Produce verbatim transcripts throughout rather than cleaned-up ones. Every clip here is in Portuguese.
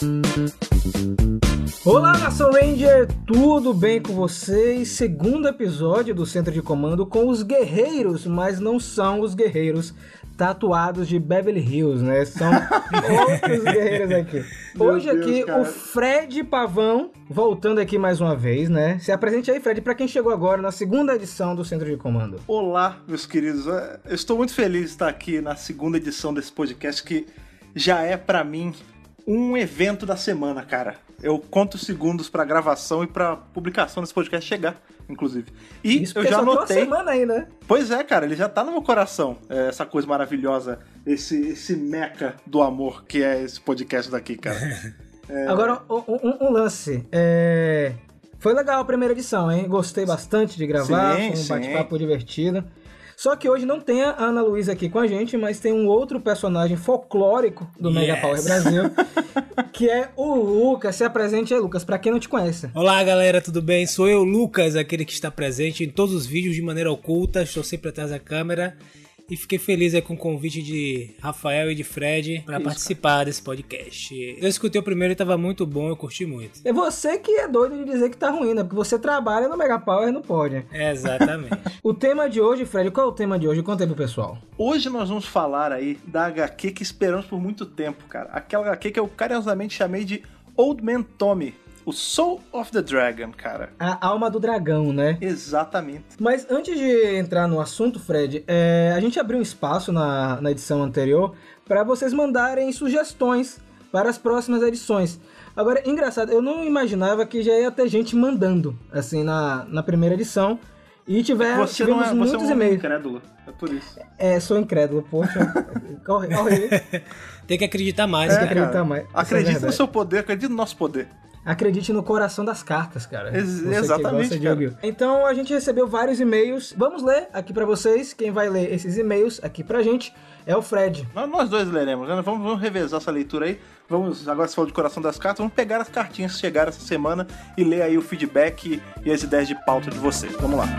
Olá, Nação Ranger, tudo bem com vocês? Segundo episódio do Centro de Comando com os guerreiros, mas não são os guerreiros tatuados de Beverly Hills, né? São outros guerreiros aqui. Hoje Deus, aqui cara. O Fred Pavão, voltando aqui mais uma vez, né? Se apresente aí, Fred, para quem chegou agora na segunda edição do Centro de Comando. Olá, meus queridos. Eu estou muito feliz de estar aqui na segunda edição desse podcast que já é, para mim, um evento da semana, cara. Eu conto segundos pra gravação e pra publicação desse podcast chegar, inclusive. E Isso eu já anotei. Uma semana aí, né? Pois é, cara, ele já tá no meu coração. É essa coisa maravilhosa, esse, esse meca do amor que é esse podcast daqui, cara. É... Agora, um, um, um lance. É... Foi legal a primeira edição, hein? Gostei bastante de gravar, sim, foi um sim. bate-papo divertido. Só que hoje não tem a Ana Luísa aqui com a gente, mas tem um outro personagem folclórico do yes. Mega Power Brasil, que é o Lucas. Se apresente aí, Lucas, pra quem não te conhece. Olá, galera, tudo bem? Sou eu, Lucas, aquele que está presente em todos os vídeos de maneira oculta, estou sempre atrás da câmera. E fiquei feliz aí com o convite de Rafael e de Fred para participar cara. desse podcast. Eu escutei o primeiro e tava muito bom, eu curti muito. É você que é doido de dizer que tá ruim, né? Porque você trabalha no Mega Power e não pode. Exatamente. O tema de hoje, Fred, qual é o tema de hoje? Conta aí pro pessoal. Hoje nós vamos falar aí da agá quê que esperamos por muito tempo, cara. Aquela agá quê que eu carinhosamente chamei de Old Man Tommy. O Soul of the Dragon, cara. A alma do dragão, né? Exatamente. Mas antes de entrar no assunto, Fred, é, a gente abriu um espaço na, na edição anterior para vocês mandarem sugestões para as próximas edições. Agora, engraçado, eu não imaginava que já ia ter gente mandando, assim, na, na primeira edição. E tiver, você tivemos não é, muitos você é um e-mails. Incrédulo, é por isso. É, sou incrédulo, poxa. corre, corre. Tem que acreditar mais. Tem É, que acreditar cara, mais. Acredite é no seu poder, acredite no nosso poder. Acredite no coração das cartas, cara. Ex- exatamente, cara. Então, a gente recebeu vários e-mails. Vamos ler aqui pra vocês. Quem vai ler esses e-mails aqui pra gente é o Fred. Nós, nós dois leremos, né? Vamos, vamos revezar essa leitura aí. Vamos, agora você falou de coração das cartas, vamos pegar as cartinhas que chegaram essa semana e ler aí o feedback e as ideias de pauta de vocês. Vamos lá.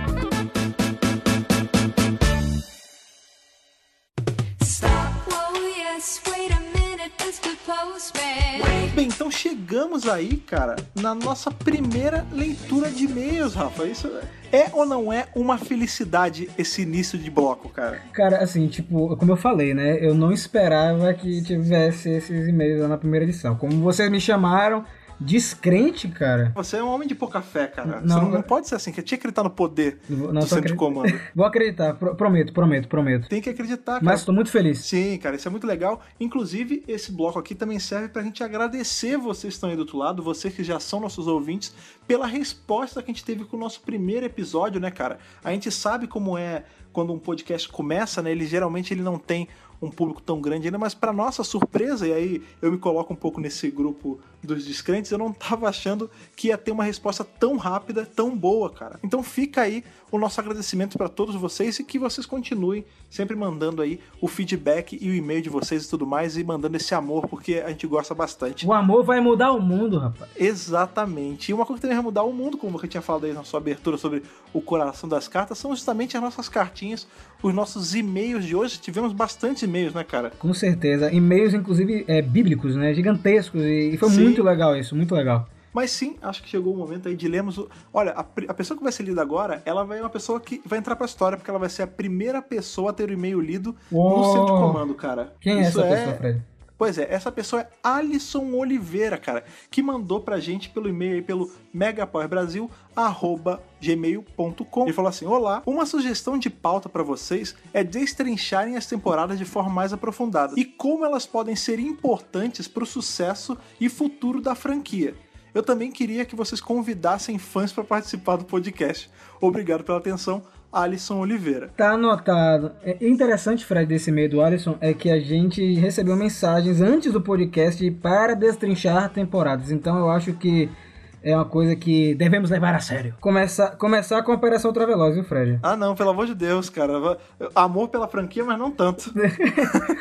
Bem, então chegamos aí, cara, na nossa primeira leitura de e-mails, Rafa. Isso é ou não é uma felicidade esse início de bloco, cara? Cara, assim, tipo, como eu falei, né? Eu não esperava que tivesse esses e-mails lá na primeira edição. Como vocês me chamaram... Descrente, cara. Você é um homem de pouca fé, cara. Não, Você não, não pode ser assim, que tinha que acreditar no poder não, do centro acredit... de comando. Vou acreditar, pro, prometo, prometo, prometo. Tem que acreditar, cara. Mas tô muito feliz. Sim, cara, isso é muito legal. Inclusive, esse bloco aqui também serve pra gente agradecer vocês que estão aí do outro lado, vocês que já são nossos ouvintes, pela resposta que a gente teve com o nosso primeiro episódio, né, cara? A gente sabe como é quando um podcast começa, né? Ele geralmente ele não tem um público tão grande ainda, mas para nossa surpresa, e aí eu me coloco um pouco nesse grupo dos descrentes, eu não tava achando que ia ter uma resposta tão rápida, tão boa, cara. Então fica aí o nosso agradecimento para todos vocês e que vocês continuem sempre mandando aí o feedback e o e-mail de vocês e tudo mais, e mandando esse amor, porque a gente gosta bastante. O amor vai mudar o mundo, rapaz. Exatamente. E uma coisa que também vai mudar o mundo, como você tinha falado aí na sua abertura sobre o coração das cartas, são justamente as nossas cartinhas, os nossos e-mails de hoje. Tivemos bastante e-mails, né, cara? Com certeza. E-mails, inclusive, é, bíblicos, né? Gigantescos. E foi Sim. muito legal isso, muito legal. Mas sim, acho que chegou o momento aí de lermos... O... Olha, a, a pessoa que vai ser lida agora, ela vai uma pessoa que vai entrar pra história, porque ela vai ser a primeira pessoa a ter o e-mail lido oh. no centro de comando, cara. Quem isso é essa é... pessoa, Fred? Pois é, essa pessoa é Alisson Oliveira, cara, que mandou pra gente pelo e-mail aí, pelo megapowerbrasil arroba gmail ponto com. Ele falou assim: olá, uma sugestão de pauta pra vocês é destrincharem as temporadas de forma mais aprofundada e como elas podem ser importantes pro sucesso e futuro da franquia. Eu também queria que vocês convidassem fãs para participar do podcast. Obrigado pela atenção, Alisson Oliveira. Tá anotado. É interessante, Fred, desse e-mail do Alisson, é que a gente recebeu mensagens antes do podcast para destrinchar temporadas. Então eu acho que é uma coisa que devemos levar a sério. Começar, começar com a Operação Ultraveloz, viu, Fred? Ah, não, pelo amor de Deus, cara. Amor pela franquia, mas não tanto.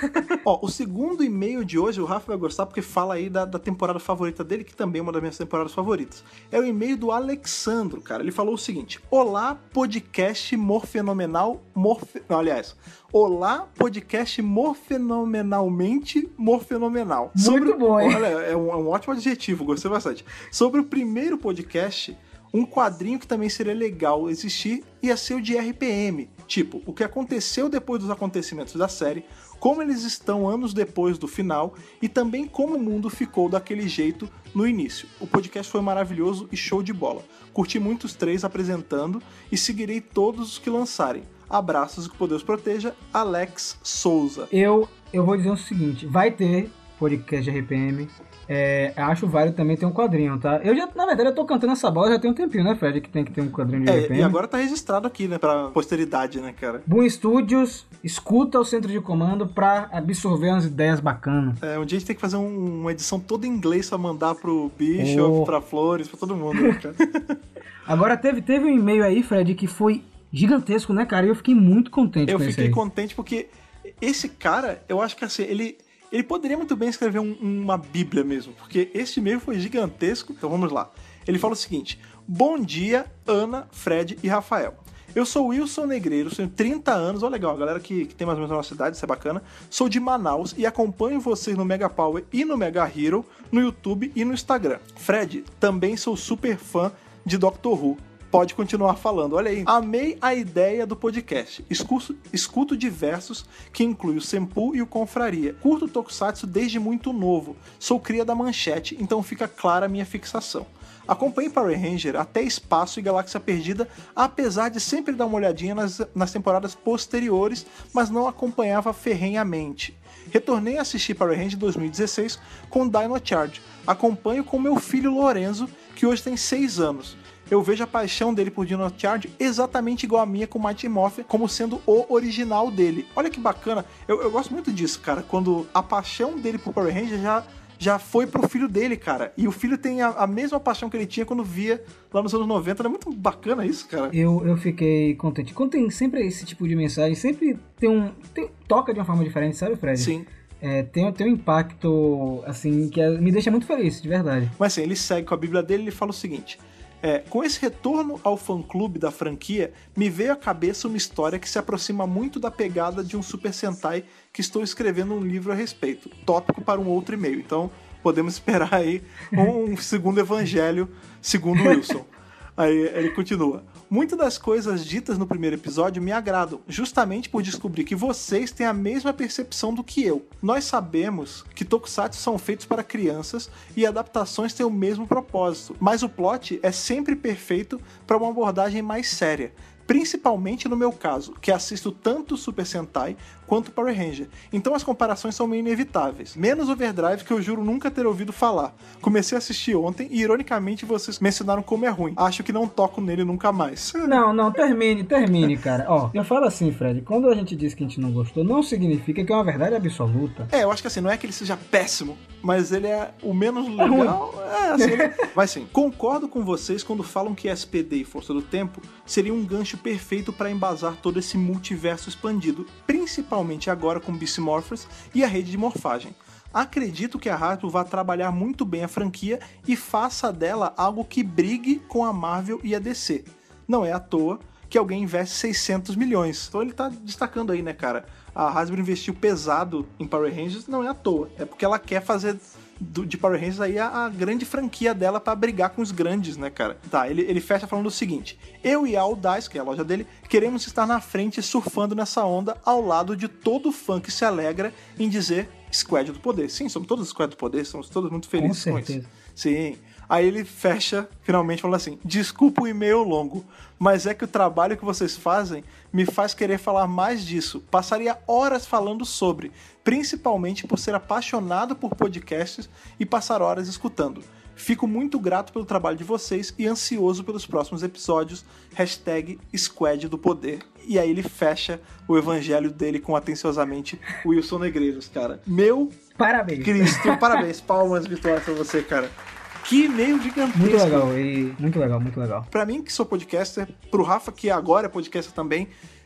Ó, o segundo e-mail de hoje, o Rafa vai gostar porque fala aí da, da temporada favorita dele, que também é uma das minhas temporadas favoritas. É o e-mail do Alexandro, cara. Ele falou o seguinte: olá, podcast morfenomenal... Morfe... Não, aliás... Olá, podcast morfenomenalmente morfenomenal. Muito Sobre... bom, hein? Olha, é um, é um ótimo adjetivo, gostei bastante. Sobre o primeiro podcast... Um quadrinho que também seria legal existir ia ser o de R P M. Tipo, o que aconteceu depois dos acontecimentos da série, como eles estão anos depois do final e também como o mundo ficou daquele jeito no início. O podcast foi maravilhoso e show de bola. Curti muito os três apresentando e seguirei todos os que lançarem. Abraços e que Deus proteja, Alex Souza. Eu, eu vou dizer o seguinte, vai ter podcast de R P M. É, acho válido também ter um quadrinho, tá? Eu já, na verdade, eu tô cantando essa bola já tem um tempinho, né, Fred? Que tem que ter um quadrinho de é, R P M. E agora tá registrado aqui, né? Pra posteridade, né, cara? Boom Studios, escuta o centro de comando pra absorver umas ideias bacanas. É, um dia a gente tem que fazer um, uma edição toda em inglês pra mandar pro Bishop, oh. pra Flores, pra todo mundo, né, cara? Agora, teve, teve um e-mail aí, Fred, que foi gigantesco, né, cara? E eu fiquei muito contente eu com isso aí. Eu fiquei contente porque esse cara, eu acho que assim, ele... Ele poderia muito bem escrever um, uma bíblia mesmo, porque esse e-mail foi gigantesco. Então vamos lá. Ele fala o seguinte: bom dia, Ana, Fred e Rafael. Eu sou Wilson Negreiro, tenho trinta anos, olha legal, a galera que, que tem mais ou menos a nossa idade, isso é bacana. Sou de Manaus e acompanho vocês no Mega Power e no Mega Hero, no YouTube e no Instagram. Fred, também sou super fã de Doctor Who. Pode continuar falando, olha aí. Amei a ideia do podcast. Escuto, escuto diversos, que inclui o Senpu e o Confraria. Curto o Tokusatsu desde muito novo. Sou cria da Manchete, então fica clara a minha fixação. Acompanhei Power Ranger até Espaço e Galáxia Perdida, apesar de sempre dar uma olhadinha nas, nas temporadas posteriores, mas não acompanhava ferrenhamente. Retornei a assistir Power Ranger em dois mil e dezesseis com Dino Charge. Acompanho com meu filho Lorenzo, que hoje tem seis anos. Eu vejo a paixão dele por Dino Charge exatamente igual a minha com Mighty Morphin, como sendo o original dele. Olha que bacana, eu, eu gosto muito disso, cara, quando a paixão dele por Power Ranger já, já foi pro filho dele, cara. E o filho tem a, a mesma paixão que ele tinha quando via lá nos anos noventa. É muito bacana isso, cara. Eu, eu fiquei contente. Quando tem sempre esse tipo de mensagem, sempre tem um... Tem, toca de uma forma diferente, sabe, Fred? Sim. É, tem, tem um impacto, assim, que me deixa muito feliz, de verdade. Mas assim, ele segue com a Bíblia dele e ele fala o seguinte... É, com esse retorno ao fã-clube da franquia, me veio à cabeça uma história que se aproxima muito da pegada de um Super Sentai que estou escrevendo um livro a respeito. Tópico para um outro e-mail. Então, podemos esperar aí um segundo evangelho, segundo Wilson. Aí ele continua. Muitas das coisas ditas no primeiro episódio me agradam, justamente por descobrir que vocês têm a mesma percepção do que eu. Nós sabemos que tokusatsu são feitos para crianças e adaptações têm o mesmo propósito, mas o plot é sempre perfeito para uma abordagem mais séria. Principalmente no meu caso, que assisto tanto Super Sentai quanto Power Ranger. Então as comparações são meio inevitáveis. Menos Overdrive, que eu juro nunca ter ouvido falar. Comecei a assistir ontem e, ironicamente, vocês mencionaram como é ruim. Acho que não toco nele nunca mais. Não, não, termine, termine, cara. Ó, eu falo assim, Fred, quando a gente diz que a gente não gostou, não significa que é uma verdade absoluta. É, eu acho que assim, não é que ele seja péssimo, mas ele é o menos legal. É, assim, ele... Mas sim, concordo com vocês quando falam que S P D e Força do Tempo seria um gancho perfeito para embasar todo esse multiverso expandido, principalmente agora com Beast Morphers e a rede de morfagem. Acredito que a Hasbro vá trabalhar muito bem a franquia e faça dela algo que brigue com a Marvel e a D C. Não é à toa que alguém investe seiscentos milhões. Então ele tá destacando aí, né, cara? A Hasbro investiu pesado em Power Rangers, não é à toa. É porque ela quer fazer do, de Power Rangers aí a, a grande franquia dela pra brigar com os grandes, né, cara? Tá, ele, ele fecha falando o seguinte: eu e a Audice, que é a loja dele, queremos estar na frente surfando nessa onda ao lado de todo fã que se alegra em dizer Squad do Poder. Sim, somos todos Squad do Poder, somos todos muito felizes com, com isso. Sim. Aí ele fecha, finalmente, falando assim: desculpa o e-mail longo, mas é que o trabalho que vocês fazem me faz querer falar mais disso. Passaria horas falando sobre, principalmente por ser apaixonado por podcasts e passar horas escutando. Fico muito grato pelo trabalho de vocês e ansioso pelos próximos episódios. Hashtag Squad do Poder. E aí ele fecha o evangelho dele com atenciosamente Wilson Negreiros, cara. Meu parabéns. Cristo, parabéns. Palmas virtuais pra você, cara. Que e-mail gigantesco. Muito legal, e muito legal, muito legal. Pra mim, que sou podcaster, pro Rafa, que agora é podcaster também,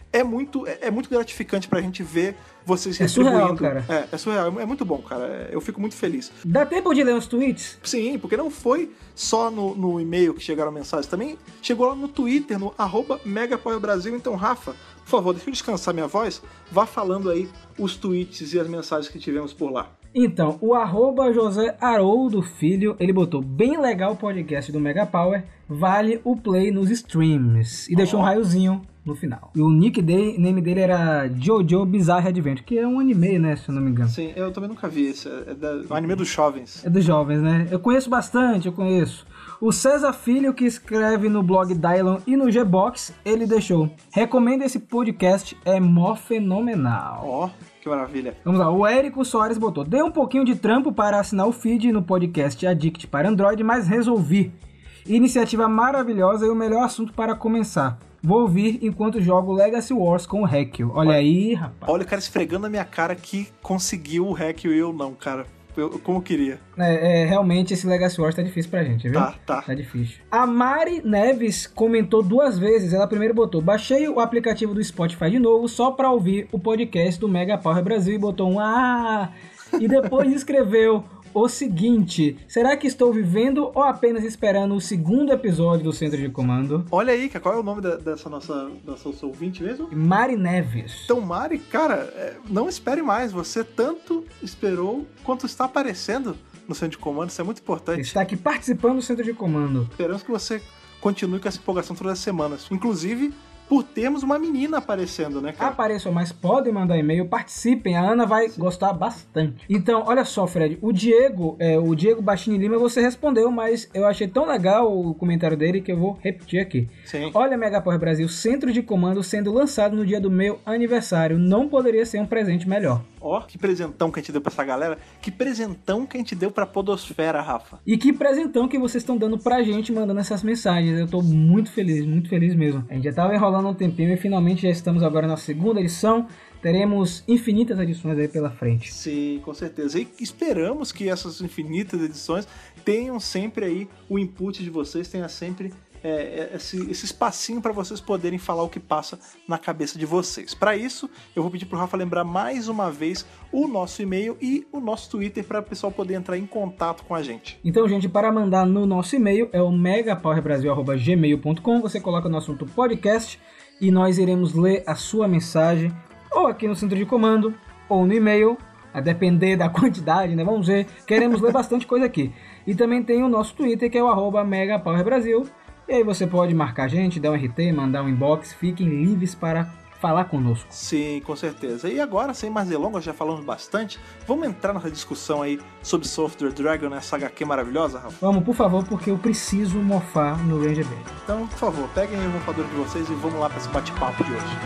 é muito, é, é muito gratificante pra gente ver vocês É retribuindo. surreal, cara. É, é surreal, é muito bom, cara. Eu fico muito feliz. Dá tempo de ler os tweets? Sim, porque não foi só no, no e-mail que chegaram mensagens, também chegou lá no Twitter, no arroba MegaPowerBrasil. Então, Rafa, por favor, deixa eu descansar minha voz, vá falando aí os tweets e as mensagens que tivemos por lá. Então, o arroba José Haroldo Filho, ele botou bem legal o podcast do Mega Power, vale o play nos streams. E oh. deixou um raiozinho no final. E o nick dele, name dele era Jojo Bizarre Adventure, que é um anime, né, se eu não me engano. Sim, eu também nunca vi esse, é da, o anime dos jovens. É dos jovens, né? Eu conheço bastante, eu conheço. O César Filho, que escreve no blog Dylon e no G-Box, ele deixou: recomendo esse podcast, é mó fenomenal. Ó, oh, que maravilha. Vamos lá, o Érico Soares botou: dei um pouquinho de trampo para assinar o feed no podcast Addict para Android, mas resolvi. Iniciativa maravilhosa e o melhor assunto para começar. Vou ouvir enquanto jogo Legacy Wars com o Hekio. Olha, Olha aí, rapaz. Olha o cara esfregando na minha cara que conseguiu o Hekio e eu não, cara. Eu, como eu queria. É, é, realmente esse Legacy Wars tá difícil pra gente, viu? Tá, tá. Tá difícil. A Mari Neves comentou duas vezes. Ela primeiro botou: baixei o aplicativo do Spotify de novo só pra ouvir o podcast do Mega Power Brasil e botou um ah. E depois escreveu o seguinte: será que estou vivendo ou apenas esperando o segundo episódio do Centro de Comando? Olha aí, qual é o nome da, dessa nossa, nossa ouvinte mesmo? Mari Neves. Então, Mari, cara, não espere mais. Você tanto esperou quanto está aparecendo no Centro de Comando. Isso é muito importante. Está aqui participando do Centro de Comando. Esperamos que você continue com essa empolgação todas as semanas. Inclusive, por termos uma menina aparecendo, né, cara? Apareçam, mas podem mandar e-mail, participem, a Ana vai Sim. gostar bastante. Então, olha só, Fred, o Diego, é, o Diego Bachini Lima, você respondeu, mas eu achei tão legal o comentário dele que eu vou repetir aqui. Sim. Olha, Mega Power Brasil, Centro de Comando sendo lançado no dia do meu aniversário, não poderia ser um presente melhor. Ó, oh, que presentão que a gente deu pra essa galera, que presentão que a gente deu pra podosfera, Rafa. E que presentão que vocês estão dando pra gente, mandando essas mensagens, eu tô muito feliz, muito feliz mesmo. A gente já tava enrolando um tempinho e finalmente já estamos agora na segunda edição. Teremos infinitas edições aí pela frente. Sim, com certeza. E esperamos que essas infinitas edições tenham sempre aí o input de vocês, tenha sempre é, esse, esse espacinho para vocês poderem falar o que passa na cabeça de vocês. Para isso, eu vou pedir pro Rafa lembrar mais uma vez o nosso e-mail e o nosso Twitter para o pessoal poder entrar em contato com a gente. Então, gente, para mandar no nosso e-mail é o megapowerbrasil arroba gmail ponto com. Você coloca no assunto podcast e nós iremos ler a sua mensagem ou aqui no centro de comando ou no e-mail, a depender da quantidade, né? Vamos ver. Queremos ler bastante coisa aqui. E também tem o nosso Twitter, que é o arroba megapowerbrasil. E aí você pode marcar a gente, dar um R T, mandar um inbox. Fiquem livres para falar conosco. Sim, com certeza. E agora, sem mais delongas, já falamos bastante, vamos entrar nessa discussão aí sobre Software Dragon, essa H Q maravilhosa, Rafa? Vamos, por favor, porque eu preciso mofar no Ranger Verde. Então, por favor, peguem aí o mofador de vocês e vamos lá para esse bate-papo de hoje.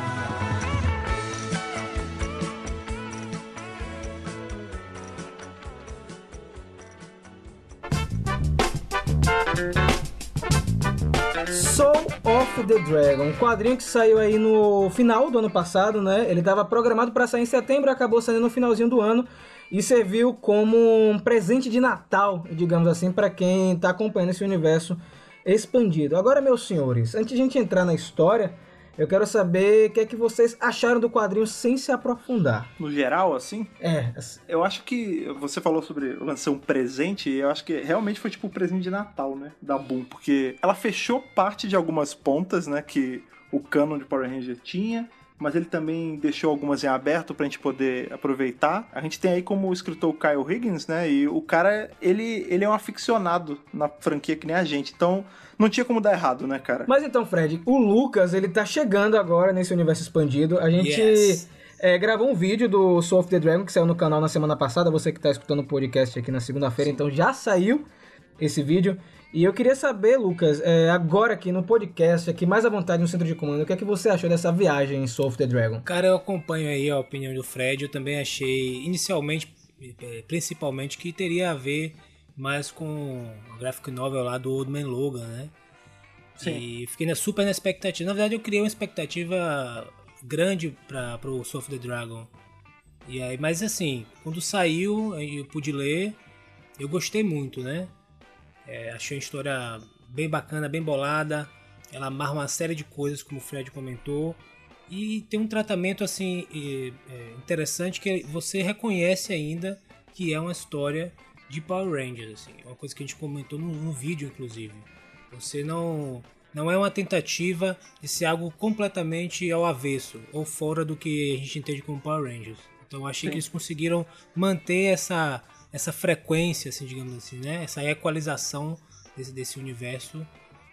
Soul of the Dragon, um quadrinho que saiu aí no final do ano passado, né? Ele estava programado para sair em setembro, acabou saindo no finalzinho do ano e serviu como um presente de Natal, digamos assim, para quem está acompanhando esse universo expandido. Agora, meus senhores, antes de a gente entrar na história, eu quero saber o que é que vocês acharam do quadrinho sem se aprofundar. No geral, assim? É. Eu acho que você falou sobre lançar um presente, e eu acho que realmente foi tipo o um presente de Natal, né? Da Boom, porque ela fechou parte de algumas pontas, né? Que o canon de Power Ranger tinha, mas ele também deixou algumas em aberto pra gente poder aproveitar. A gente tem aí como escritor o Kyle Higgins, né? E o cara, ele, ele é um aficionado na franquia que nem a gente, então não tinha como dar errado, né, cara? Mas então, Fred, o Lucas, ele tá chegando agora nesse universo expandido. A gente yes. é, gravou um vídeo do Soul of the Dragon que saiu no canal na semana passada. Você que tá escutando o podcast aqui na segunda-feira, então já saiu esse vídeo. E eu queria saber, Lucas, é, agora aqui no podcast, aqui mais à vontade no centro de comando, o que é que você achou dessa viagem em Soul of the Dragon? Cara, eu acompanho aí a opinião do Fred. Eu também achei, inicialmente, principalmente, que teria a ver mais com o graphic novel lá do Old Man Logan, né? Sim. E fiquei na, super na expectativa. Na verdade, eu criei uma expectativa grande para o Soul of the Dragon. E aí, mas assim, quando saiu, eu pude ler, eu gostei muito, né? É, achei uma história bem bacana, bem bolada. Ela amarra uma série de coisas, como o Fred comentou. E tem um tratamento assim interessante que você reconhece ainda que é uma história de Power Rangers, assim, uma coisa que a gente comentou no, no vídeo, inclusive. Você não não é uma tentativa de ser algo completamente ao avesso ou fora do que a gente entende como Power Rangers. Então eu achei Sim. que eles conseguiram manter essa essa frequência, assim, digamos assim, né? Essa equalização desse, desse universo.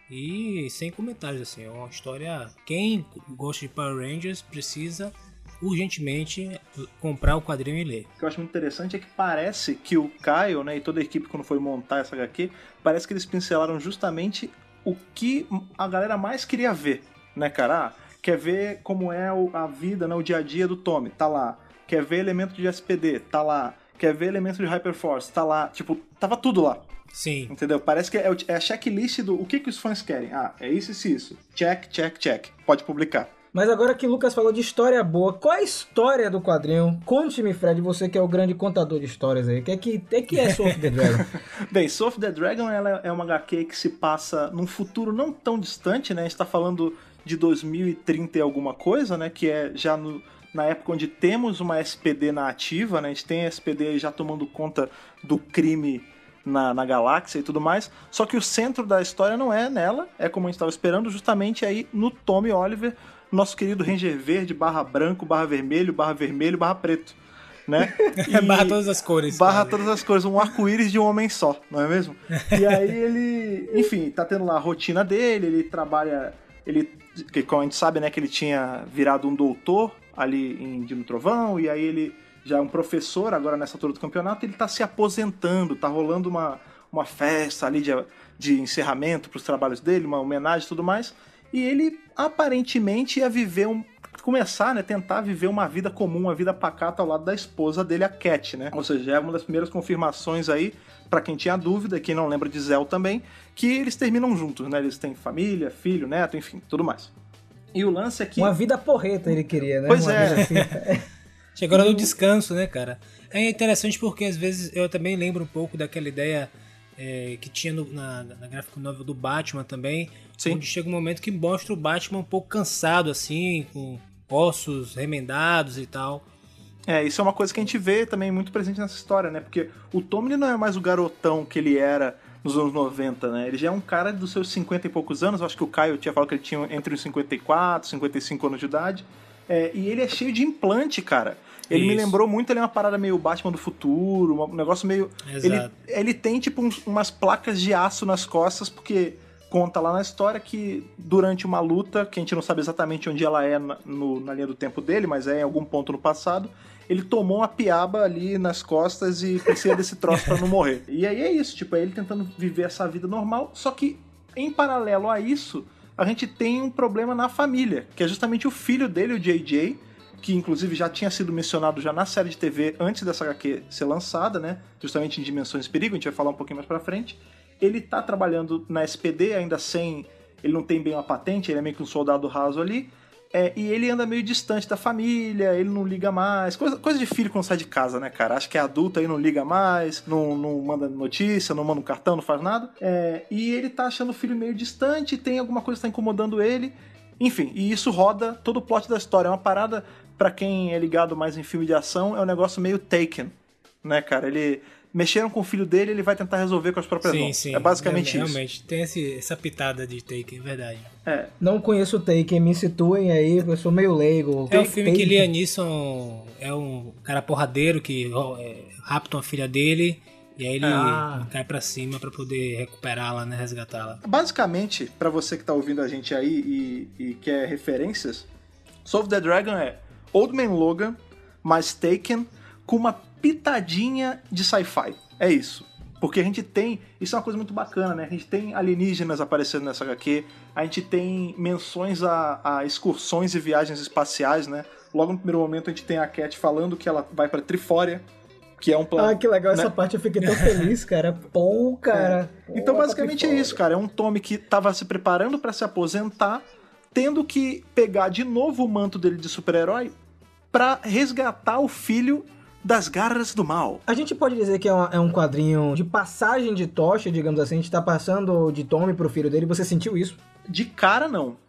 E sem comentários, assim, é uma história... Quem gosta de Power Rangers precisa urgentemente comprar o quadrinho e ler. O que eu acho muito interessante é que parece que o Kyle, né, e toda a equipe quando foi montar essa agá quê, parece que eles pincelaram justamente o que a galera mais queria ver, né, cara? Ah, quer ver como é a vida, né, o dia a dia do Tommy, tá lá. Quer ver elemento de S P D, tá lá. Quer ver elemento de Hyperforce, tá lá. Tipo, tava tudo lá. Sim. Entendeu? Parece que é a checklist do o que, que os fãs querem. Ah, é isso, isso, isso. Check, check, check. Pode publicar. Mas agora que o Lucas falou de história boa, qual é a história do quadrinho? Conte-me, Fred, você que é o grande contador de histórias aí. O que é que, que, que é Soul of the Dragon? Bem, Soul of the Dragon ela é uma agá quê que se passa num futuro não tão distante, né? A gente tá falando de dois mil e trinta e alguma coisa, né? Que é já no... na época onde temos uma S P D na ativa, né? A gente tem a S P D aí já tomando conta do crime na, na galáxia e tudo mais, só que o centro da história não é nela, é como a gente estava esperando, justamente aí no Tommy Oliver, nosso querido Ranger Verde, barra branco, barra vermelho, barra vermelho, barra preto, né? E barra todas as cores. Barra cara. todas as cores, um arco-íris de um homem só, não é mesmo? E aí ele, enfim, tá tendo lá a rotina dele, ele trabalha, ele, que como a gente sabe, né, que ele tinha virado um doutor ali em Dino Trovão, e aí ele já é um professor agora nessa altura do campeonato, ele tá se aposentando, tá rolando uma, uma festa ali de, de encerramento pros trabalhos dele, uma homenagem e tudo mais, e ele aparentemente ia viver um... começar, né, tentar viver uma vida comum, uma vida pacata ao lado da esposa dele, a Cat, né? Ou seja, é uma das primeiras confirmações aí, pra quem tinha dúvida, quem não lembra de Zell também, que eles terminam juntos, né? Eles têm família, filho, neto, enfim, tudo mais. E o lance é que... Uma vida porreta ele queria, né? Pois uma é. Vida assim. Chegou a hora do descanso, né, cara? É interessante porque às vezes eu também lembro um pouco daquela ideia é, que tinha no, na, na gráfica novel do Batman também, Sim. onde chega um momento que mostra o Batman um pouco cansado, assim, com ossos remendados e tal. É, isso é uma coisa que a gente vê também muito presente nessa história, né? Porque o Tommy não é mais o garotão que ele era nos anos noventa, né? Ele já é um cara dos seus cinquenta e poucos anos, eu acho que o Caio tinha falado que ele tinha entre os cinquenta e quatro, cinquenta e cinco anos de idade, é, e ele é cheio de implante, cara. Ele Isso. me lembrou muito, ele é uma parada meio Batman do futuro, um negócio meio... Exato. Ele, ele tem, tipo, uns, umas placas de aço nas costas, porque conta lá na história que durante uma luta, que a gente não sabe exatamente onde ela é na, no, na linha do tempo dele, mas é em algum ponto no passado, ele tomou uma piaba ali nas costas e precisa desse troço pra não morrer. E aí é isso, tipo, é ele tentando viver essa vida normal, só que em paralelo a isso, a gente tem um problema na família, que é justamente o filho dele, o J J, que inclusive já tinha sido mencionado já na série de T V antes dessa agá quê ser lançada, né? Justamente em Dimensões de Perigo, a gente vai falar um pouquinho mais pra frente. Ele tá trabalhando na S P D, ainda sem... Ele não tem bem uma patente, ele é meio que um soldado raso ali. É, e ele anda meio distante da família, ele não liga mais. Coisa, coisa de filho quando sai de casa, né, cara? Acho que é adulto aí, não liga mais, não, não manda notícia, não manda um cartão, não faz nada. É, e ele tá achando o filho meio distante, tem alguma coisa que tá incomodando ele. Enfim, e isso roda todo o plot da história. É uma parada, pra quem é ligado mais em filme de ação, é um negócio meio Taken, né, cara? Ele... Mexeram com o filho dele, ele vai tentar resolver com as próprias sim, mãos. Sim, é basicamente é, isso. Realmente, tem esse, essa pitada de Taken, é verdade. É. Não conheço o Taken, me situem aí, eu sou meio leigo. É um filme que Liam Neeson é um cara porradeiro que é, rapta uma filha dele e aí ele ah. cai pra cima pra poder recuperá-la, né, resgatá-la. Basicamente, pra você que tá ouvindo a gente aí e, e quer referências, Soul of the Dragon é Old Man Logan mais Taken com uma pitadinha de sci-fi. É isso. Porque a gente tem... Isso é uma coisa muito bacana, né? A gente tem alienígenas aparecendo nessa agá quê, a gente tem menções a, a excursões e viagens espaciais, né? Logo no primeiro momento a gente tem a Cat falando que ela vai pra Trifória, que é um planeta... Ah, que legal, né? Essa parte eu fiquei tão feliz, cara. Pô, cara. É. Então, Pô, basicamente é isso, cara. É um Tommy que tava se preparando pra se aposentar, tendo que pegar de novo o manto dele de super-herói pra resgatar o filho das garras do mal. A gente pode dizer que é, uma, é um quadrinho de passagem de tocha, digamos assim. A gente tá passando de Tommy pro filho dele. Você sentiu isso? De cara, não.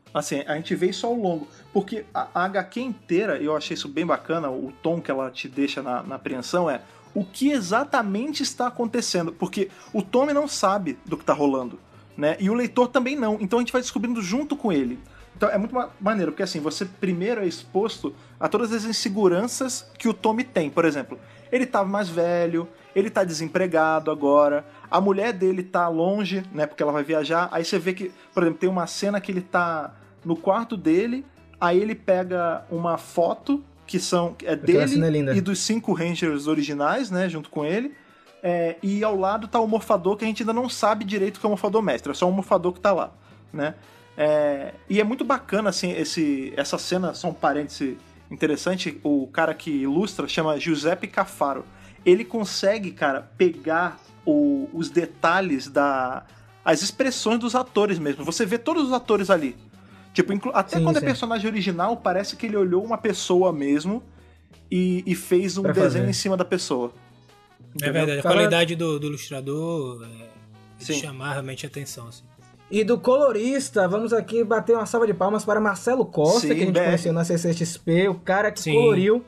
Assim, a gente vê isso ao longo. Porque a, a agá quê inteira, eu achei isso bem bacana, o tom que ela te deixa na, na apreensão é o que exatamente está acontecendo. Porque o Tommy não sabe do que está rolando, né? E o leitor também não. Então a gente vai descobrindo junto com ele. Então é muito maneiro, porque assim, você primeiro é exposto a todas as inseguranças que o Tommy tem. Por exemplo, ele estava mais velho, ele tá desempregado agora, a mulher dele tá longe, né, porque ela vai viajar. Aí você vê que, por exemplo, tem uma cena que ele tá no quarto dele, aí ele pega uma foto que são é dele e dos cinco Rangers originais, né, junto com ele. É, e ao lado tá o morfador, que a gente ainda não sabe direito que é o morfador mestre, é só o morfador que tá lá, né? É, e é muito bacana, assim, esse, essa cena, só um parêntese interessante, o cara que ilustra chama Giuseppe Cafaro. Ele consegue, cara, pegar o, os detalhes da... as expressões dos atores mesmo. Você vê todos os atores ali. Tipo, inclu, até sim, quando sim. é personagem original, parece que ele olhou uma pessoa mesmo e, e fez um pra desenho fazer. Em cima da pessoa. Entendeu? É verdade, a cara... qualidade do, do ilustrador é de chamar realmente a atenção, assim. E do colorista, vamos aqui bater uma salva de palmas para Marcelo Costa, sim, que a gente bem. conheceu na C C X P, o cara que sim. coloriu.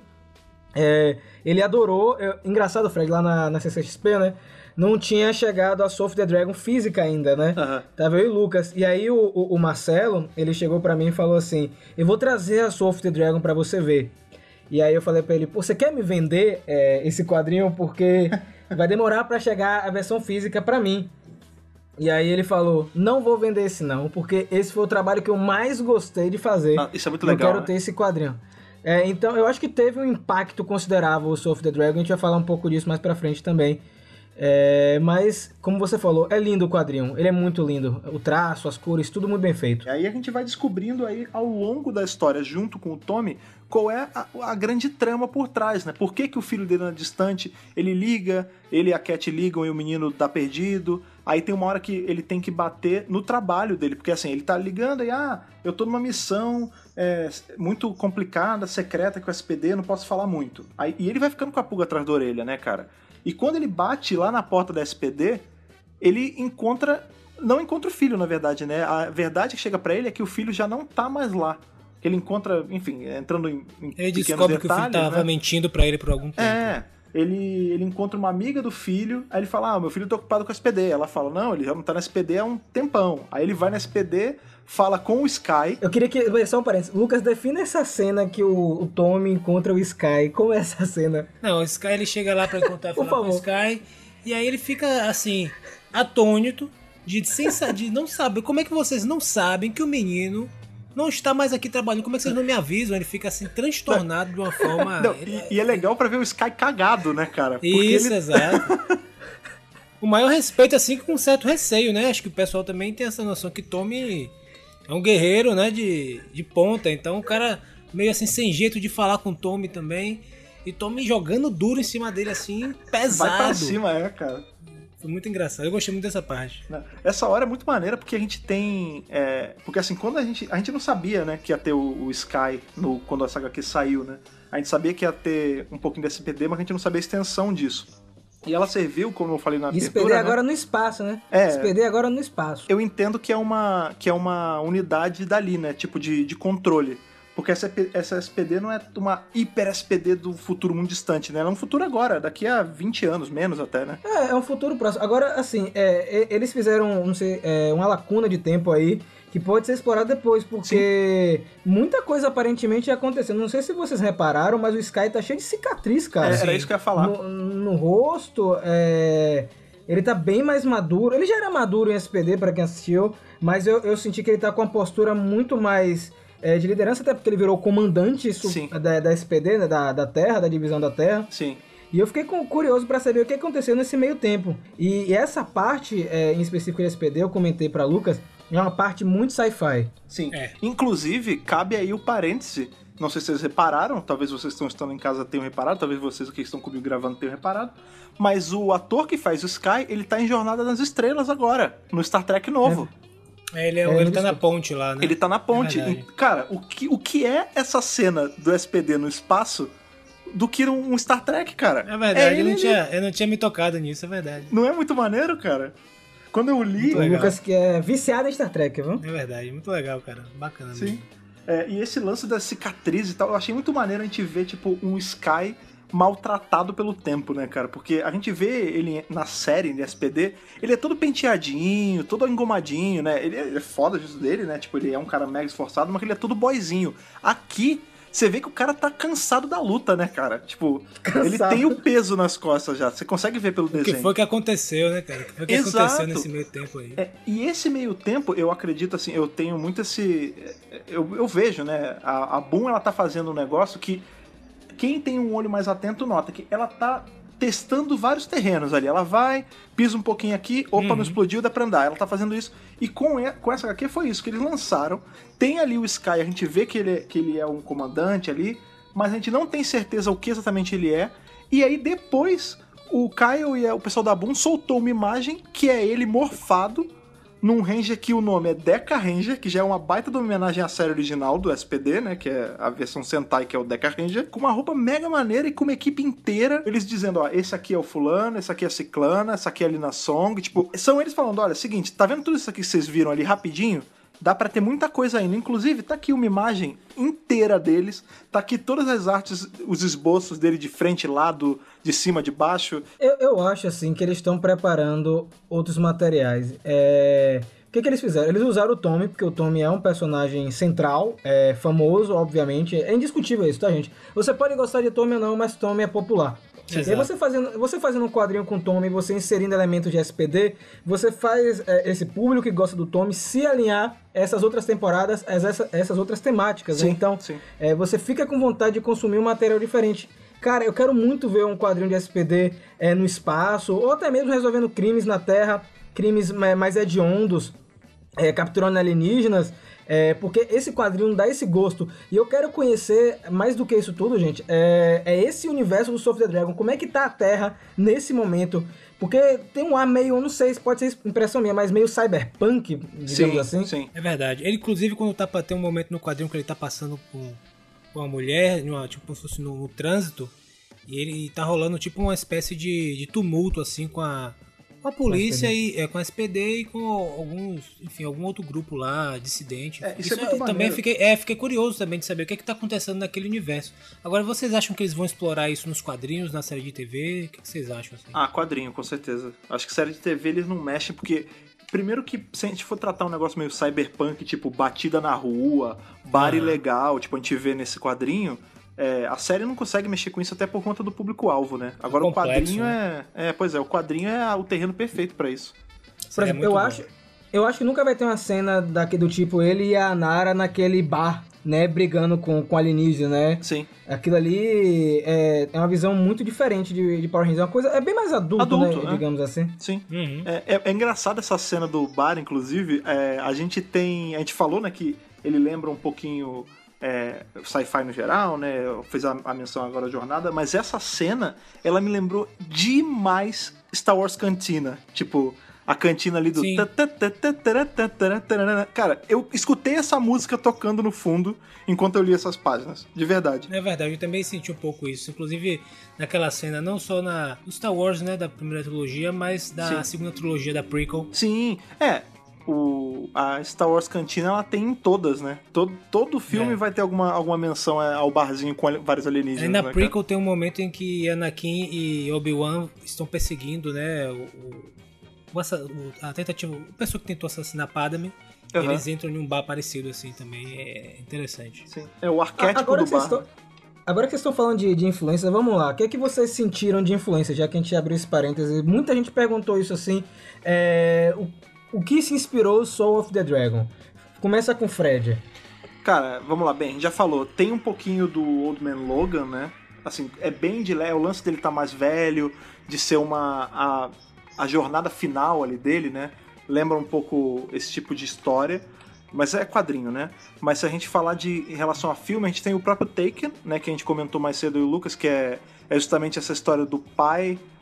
É, ele adorou. É, engraçado, Fred, lá na, na C C X P, né? Não tinha chegado a Soul of the Dragon física ainda, né? Uhum. Tava eu e o Lucas. E aí o, o, o Marcelo, ele chegou pra mim e falou assim: eu vou trazer a Soul of the Dragon pra você ver. E aí eu falei pra ele: pô, você quer me vender é, esse quadrinho? Porque vai demorar pra chegar a versão física pra mim. E aí ele falou, não vou vender esse não, porque esse foi o trabalho que eu mais gostei de fazer. Ah, isso é muito legal, eu quero né? ter esse quadrinho. É, então, eu acho que teve um impacto considerável o Soul of the Dragon, a gente vai falar um pouco disso mais pra frente também. É, mas, como você falou, é lindo o quadrinho, ele é muito lindo. O traço, as cores, tudo muito bem feito. E aí a gente vai descobrindo aí ao longo da história, junto com o Tommy, qual é a, a grande trama por trás, né? Por que, que o filho dele é distante, ele liga, ele e a Cat ligam e o menino tá perdido. Aí tem uma hora que ele tem que bater no trabalho dele, porque assim, ele tá ligando e, ah, eu tô numa missão é, muito complicada, secreta com o S P D, não posso falar muito. Aí, e ele vai ficando com a pulga atrás da orelha, né, cara? E quando ele bate lá na porta da S P D, ele encontra... Não encontra o filho, na verdade, né? A verdade que chega pra ele é que o filho já não tá mais lá. Ele encontra, enfim, entrando em, em ele descobre detalhes, que o filho tava né? mentindo pra ele por algum tempo. É, ele, ele encontra uma amiga do filho, aí ele fala, ah, meu filho tá ocupado com a S P D. Ela fala, não, ele já não tá na S P D há um tempão. Aí ele vai na S P D, fala com o Sky. Eu queria que, só um parênteses, Lucas, defina essa cena que o, o Tommy encontra o Sky. Como é essa cena? Não, o Sky, ele chega lá pra encontrar falar com o Sky, e aí ele fica, assim, atônito, de, sem, de não saber, como é que vocês não sabem que o menino não está mais aqui trabalhando, como é que vocês não me avisam? Ele fica assim, transtornado de uma forma... Não, ele... e, e é legal pra ver o Sky cagado, né, cara? Porque isso, ele... exato. O maior respeito, assim, com um certo receio, né? Acho que o pessoal também tem essa noção que Tommy é um guerreiro, né, de, de ponta. Então o cara meio assim, sem jeito de falar com o Tommy também. E Tommy jogando duro em cima dele, assim, pesado. Vai pra cima, é, cara. Foi muito engraçado, eu gostei muito dessa parte. Essa hora é muito maneira porque a gente tem... É, porque assim, quando a gente... A gente não sabia, né, que ia ter o, o Sky no, quando a saga aqui saiu, né? A gente sabia que ia ter um pouquinho de S P D, mas a gente não sabia a extensão disso. E ela serviu, como eu falei na abertura... S P D agora né? no espaço, né? É. S P D agora no espaço. Eu entendo que é uma, que é uma unidade dali, né? Tipo de, de controle. Porque essa, essa S P D não é uma hiper S P D do futuro muito distante, né? Ela é um futuro agora, daqui a vinte anos, menos até, né? É, é um futuro próximo. Agora, assim, é, eles fizeram, não sei, é, uma lacuna de tempo aí que pode ser explorada depois, porque Sim. muita coisa aparentemente aconteceu. Não sei se vocês repararam, mas o Sky tá cheio de cicatriz, cara. É, era isso que eu ia falar. No, no rosto, é... ele tá bem mais maduro. Ele já era maduro em S P D, pra quem assistiu, mas eu, eu senti que ele tá com uma postura muito mais... É, de liderança, até porque ele virou comandante da, da S P D, né, da, da Terra, da divisão da Terra. Sim. E eu fiquei com, curioso pra saber o que aconteceu nesse meio tempo. E, e essa parte, é, em específico de S P D, eu comentei pra Lucas, é uma parte muito sci-fi. Sim. É. Inclusive, cabe aí o parêntese, não sei se vocês repararam, talvez vocês que estão em casa tenham reparado, talvez vocês que estão comigo gravando tenham reparado, mas o ator que faz o Sky, ele tá em Jornada nas Estrelas agora, no Star Trek novo. É. Ele, é, é, ele tá na ponte lá, né? Ele tá na ponte. É cara, o que, o que é essa cena do S P D no espaço do que um Star Trek, cara? É verdade, é eu, não tinha, eu não tinha me tocado nisso, é verdade. Não é muito maneiro, cara? Quando eu li... O Lucas que é viciado em Star Trek, viu? É verdade, muito legal, cara. Bacana Sim. mesmo. É, e esse lance da cicatriz e tal, eu achei muito maneiro a gente ver, tipo, um Sky maltratado pelo tempo, né, cara? Porque a gente vê ele na série de S P D, ele é todo penteadinho, todo engomadinho, né? Ele é, ele é foda disso dele, né? Tipo, ele é um cara mega esforçado, mas ele é todo boyzinho. Aqui, você vê que o cara tá cansado da luta, né, cara? Tipo, cansado. Ele tem o peso nas costas já. Você consegue ver pelo desenho. O que foi que aconteceu, né, cara? O que foi que Exato. aconteceu nesse meio tempo aí? É, e esse meio tempo, eu acredito, assim, eu tenho muito esse... Eu, eu vejo, né? A, a Boom, ela tá fazendo um negócio que quem tem um olho mais atento nota que ela tá testando vários terrenos ali. Ela vai, pisa um pouquinho aqui, opa, uhum. não explodiu, dá pra andar. Ela tá fazendo isso. E com, e, com essa H Q foi isso que eles lançaram. Tem ali o Sky, a gente vê que ele, é, que ele é um comandante ali, mas a gente não tem certeza o que exatamente ele é. E aí depois o Kyle e o pessoal da Boom soltou uma imagem que é ele morfado num Ranger que o nome é Deca Ranger, que já é uma baita de uma homenagem à série original do S P D, né, que é a versão Sentai, que é o Deca Ranger, com uma roupa mega maneira e com uma equipe inteira, eles dizendo, ó, esse aqui é o fulano, esse aqui é a ciclana, essa aqui é a Lina Song, tipo, são eles falando, olha, seguinte, tá vendo tudo isso aqui que vocês viram ali rapidinho? Dá pra ter muita coisa ainda. Inclusive, tá aqui uma imagem inteira deles. Tá aqui todas as artes, os esboços dele de frente, lado, de cima, de baixo. Eu, eu acho, assim, que eles estão preparando outros materiais. É... O que, que eles fizeram? Eles usaram o Tommy, porque o Tommy é um personagem central, é famoso, obviamente. É indiscutível isso, tá, gente? Você pode gostar de Tommy ou não, mas Tommy é popular. Exato. E aí você fazendo, você fazendo um quadrinho com o Tommy, você inserindo elementos de S P D, você faz é, esse público que gosta do Tommy se alinhar essas outras temporadas, essa, essas outras temáticas. Sim, né? Então, é, você fica com vontade de consumir um material diferente. Cara, eu quero muito ver um quadrinho de S P D é, no espaço, ou até mesmo resolvendo crimes na Terra, crimes mais hediondos, é, capturando alienígenas. É, porque esse quadrinho dá esse gosto. E eu quero conhecer, mais do que isso tudo, gente, é, é esse universo do Soul of the Dragon. Como é que tá a Terra nesse momento? Porque tem um ar meio, eu não sei se pode ser impressão minha, mas meio cyberpunk, digamos sim, assim. Sim. É verdade. Ele, inclusive, quando tá pra ter um momento no quadrinho que ele tá passando com, com uma mulher, numa, tipo como se fosse no, no trânsito, e ele tá rolando tipo uma espécie de, de tumulto, assim, com a... Com a polícia com e é, com a S P D e com alguns, enfim, algum outro grupo lá, dissidente. É, isso, isso é muito também maneiro. fiquei, é, fiquei curioso também de saber o que é que tá acontecendo naquele universo. Agora, vocês acham que eles vão explorar isso nos quadrinhos, na série de T V? O que, que vocês acham? Assim? Ah, quadrinho, com certeza. Acho que série de T V eles não mexem, porque primeiro que se a gente for tratar um negócio meio cyberpunk, tipo batida na rua, bar ilegal, tipo a gente vê nesse quadrinho, é, a série não consegue mexer com isso até por conta do público-alvo, né? Agora é complexo, o quadrinho né? é, é... Pois é, o quadrinho é o terreno perfeito pra isso. Por exemplo, é eu, acho, eu acho que nunca vai ter uma cena daqui, do tipo ele e a Nara naquele bar, né? Brigando com, com alienígena, né? Sim. Aquilo ali é, é uma visão muito diferente de, de Power Rangers. É uma coisa... É bem mais adulto, adulto né? né? Digamos assim. Sim. Uhum. É, é, é engraçado essa cena do bar, inclusive. É, a gente tem... A gente falou, né, que ele lembra um pouquinho... É, sci-fi no geral, né? Eu fiz a, a menção agora da jornada, mas essa cena, ela me lembrou demais Star Wars Cantina. Tipo, a cantina ali do... Cara, eu escutei essa música tocando no fundo enquanto eu li essas páginas. De verdade. É verdade, eu também senti um pouco isso. Inclusive, naquela cena, não só na no Star Wars, né, da primeira trilogia, mas da Sim. segunda trilogia da prequel. Sim, é... O, a Star Wars Cantina, ela tem em todas, né? Todo, todo filme é. vai ter alguma, alguma menção ao barzinho com vários alienígenas. Aí na né, prequel tem um momento em que Anakin e Obi-Wan estão perseguindo, né? O, o, o, a tentativa... A pessoa que tentou assassinar Padme. Uhum. Eles entram em um bar parecido, assim, também. É interessante. Sim. É o arquétipo agora do bar. Estão... Agora que vocês estão falando de, de influência, vamos lá. O que é que vocês sentiram de influência, já que a gente abriu esse parênteses? Muita gente perguntou isso, assim. É... O... O que se inspirou o Soul of the Dragon? Começa com Fred. Cara, vamos lá, bem, já falou, tem um pouquinho do Old Man Logan, né? Assim, é bem de leve, o lance dele tá mais velho, de ser uma... A, a jornada final ali dele, né? Lembra um pouco esse tipo de história, mas é quadrinho, né? Mas se a gente falar de em relação a filme, a gente tem o próprio Taken, né? Que a gente comentou mais cedo, e o Lucas, que é, é justamente essa história do pai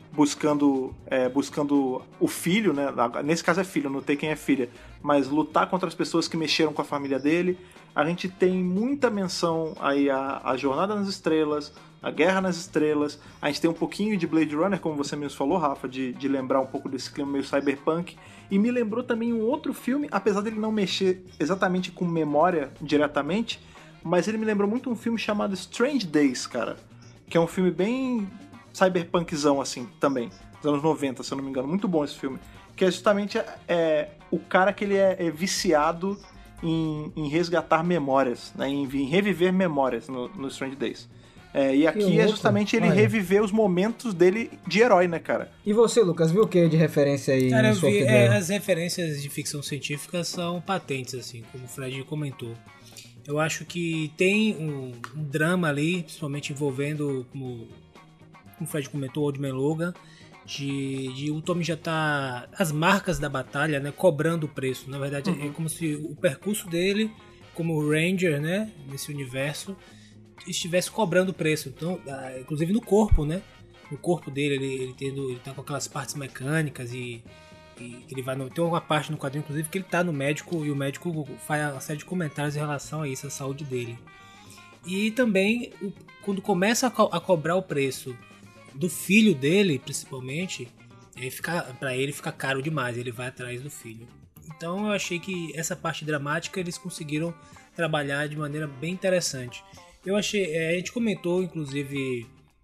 buscando, é, buscando o filho, né? Nesse caso é filho, não tem quem é filha, mas lutar contra as pessoas que mexeram com a família dele. A gente tem muita menção aí a, a Jornada nas Estrelas, a Guerra nas Estrelas. A gente tem um pouquinho de Blade Runner, como você mesmo falou, Rafa, de, de lembrar um pouco desse clima meio cyberpunk. E me lembrou também um outro filme, apesar dele não mexer exatamente com memória diretamente, mas ele me lembrou muito um filme chamado Strange Days, cara, que é um filme bem cyberpunkzão, assim, também, dos anos noventa, se eu não me engano. Muito bom esse filme, que é justamente é, o cara que ele é, é viciado em, em resgatar memórias, né, em, em reviver memórias no, no Strange Days. É, e aqui é justamente ele Olha. reviver os momentos dele de herói, né, cara? E você, Lucas, viu o que de referência aí? Cara, eu vi, é, as referências de ficção científica são patentes, assim, como o Fred comentou. Eu acho que tem um, um drama ali, principalmente envolvendo, como, como o Fred comentou, Old Man Logan, de, de o Tommy já tá as marcas da batalha, né, cobrando o preço. Na verdade, uhum. é como se o percurso dele, como Ranger, né, nesse universo, estivesse cobrando o preço. Então, inclusive no corpo, né, no corpo dele, ele, ele, tendo, ele tá com aquelas partes mecânicas e, e ele vai no, tem uma parte no quadrinho, inclusive, que ele tá no médico e o médico faz uma série de comentários em relação a isso, a saúde dele. E também, quando começa a, co- a cobrar o preço do filho dele, principalmente, aí fica, pra ele fica caro demais, ele vai atrás do filho. Então eu achei que essa parte dramática eles conseguiram trabalhar de maneira bem interessante. Eu achei, a gente comentou inclusive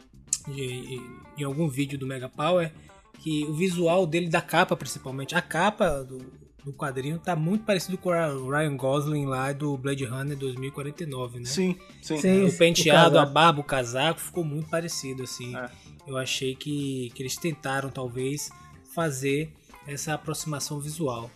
de, em algum vídeo do Mega Power que o visual dele, da capa principalmente, a capa do, do quadrinho tá muito parecido com o Ryan Gosling lá do Blade Runner dois mil e quarenta e nove, né? Sim, sim. sim o penteado, o a barba, o casaco, ficou muito parecido, assim. É. Eu achei que, que eles tentaram, talvez, fazer essa aproximação visual.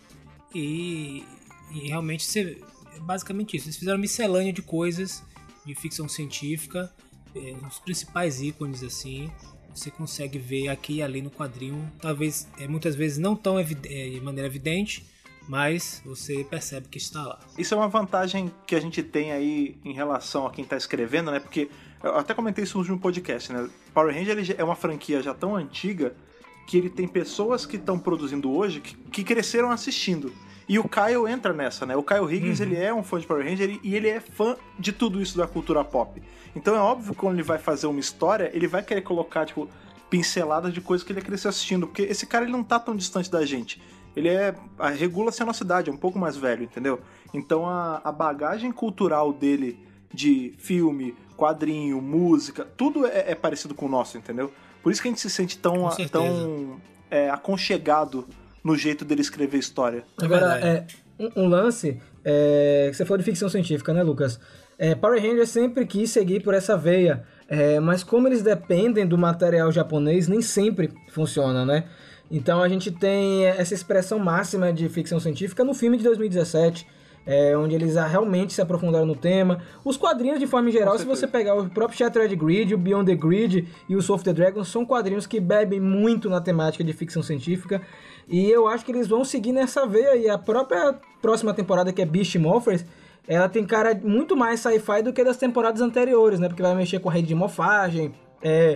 E, e realmente, é basicamente isso. Eles fizeram uma miscelânea de coisas de ficção científica, é, os principais ícones, assim, você consegue ver aqui e ali no quadrinho, talvez, é, muitas vezes não tão evid- é, de maneira evidente, mas você percebe que está lá. Isso é uma vantagem que a gente tem aí em relação a quem está escrevendo, né? Porque eu até comentei isso no último podcast, né? Power Ranger ele é uma franquia já tão antiga que ele tem pessoas que estão produzindo hoje que, que cresceram assistindo. E o Kyle entra nessa, né? O Kyle Higgins, uhum. ele é um fã de Power Ranger e ele é fã de tudo isso da cultura pop. Então é óbvio que quando ele vai fazer uma história, ele vai querer colocar, tipo, pinceladas de coisas que ele cresceu assistindo. Porque esse cara, ele não tá tão distante da gente. Ele é... regula-se a nossa idade, é um pouco mais velho, entendeu? Então a, a bagagem cultural dele de filme, quadrinho, música, tudo é, é parecido com o nosso, entendeu? Por isso que a gente se sente tão, tão é, aconchegado no jeito dele escrever história. Agora, é, um, um lance, é, que você falou de ficção científica, né, Lucas? É, Power Rangers sempre quis seguir por essa veia, é, mas como eles dependem do material japonês, nem sempre funciona, né? Então a gente tem essa expressão máxima de ficção científica no filme de dois mil e dezessete, é, onde eles realmente se aprofundaram no tema. Os quadrinhos, de forma geral, se você pegar o próprio Shattered Grid, o Beyond the Grid e o Soul of the Dragon, são quadrinhos que bebem muito na temática de ficção científica. E eu acho que eles vão seguir nessa veia. E a própria próxima temporada, que é Beast Morphers, ela tem cara muito mais sci-fi do que das temporadas anteriores, né? Porque vai mexer com a rede de morfagem, é,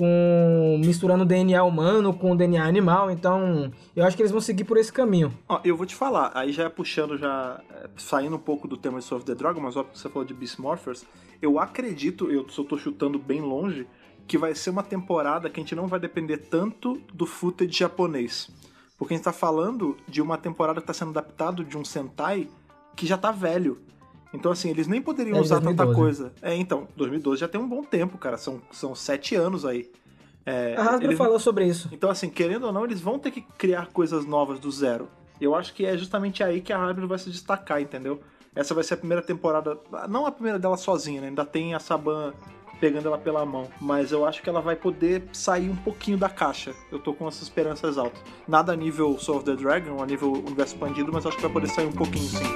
com misturando D N A humano com D N A animal. Então, eu acho que eles vão seguir por esse caminho. Ó, eu vou te falar, aí já é puxando, já é, saindo um pouco do tema de Soul of the Dragon, mas óbvio que você falou de Beast Morphers, eu acredito, eu só tô chutando bem longe, que vai ser uma temporada que a gente não vai depender tanto do footage japonês. Porque a gente tá falando de uma temporada que tá sendo adaptado de um Sentai que já tá velho. Então, assim, eles nem poderiam é, usar dois mil e doze. Tanta coisa. É, então, dois mil e doze já tem um bom tempo, cara. São, são sete anos aí. É, a Hasbro eles... falou sobre isso. Então, assim, querendo ou não, eles vão ter que criar coisas novas do zero. Eu acho que é justamente aí que a Hasbro vai se destacar, entendeu? Essa vai ser a primeira temporada... Não a primeira dela sozinha, né? Ainda tem a Saban pegando ela pela mão. Mas eu acho que ela vai poder sair um pouquinho da caixa. Eu tô com essas esperanças altas. Nada a nível Soul of the Dragon, a nível universo expandido, mas acho que vai poder sair um pouquinho, sim.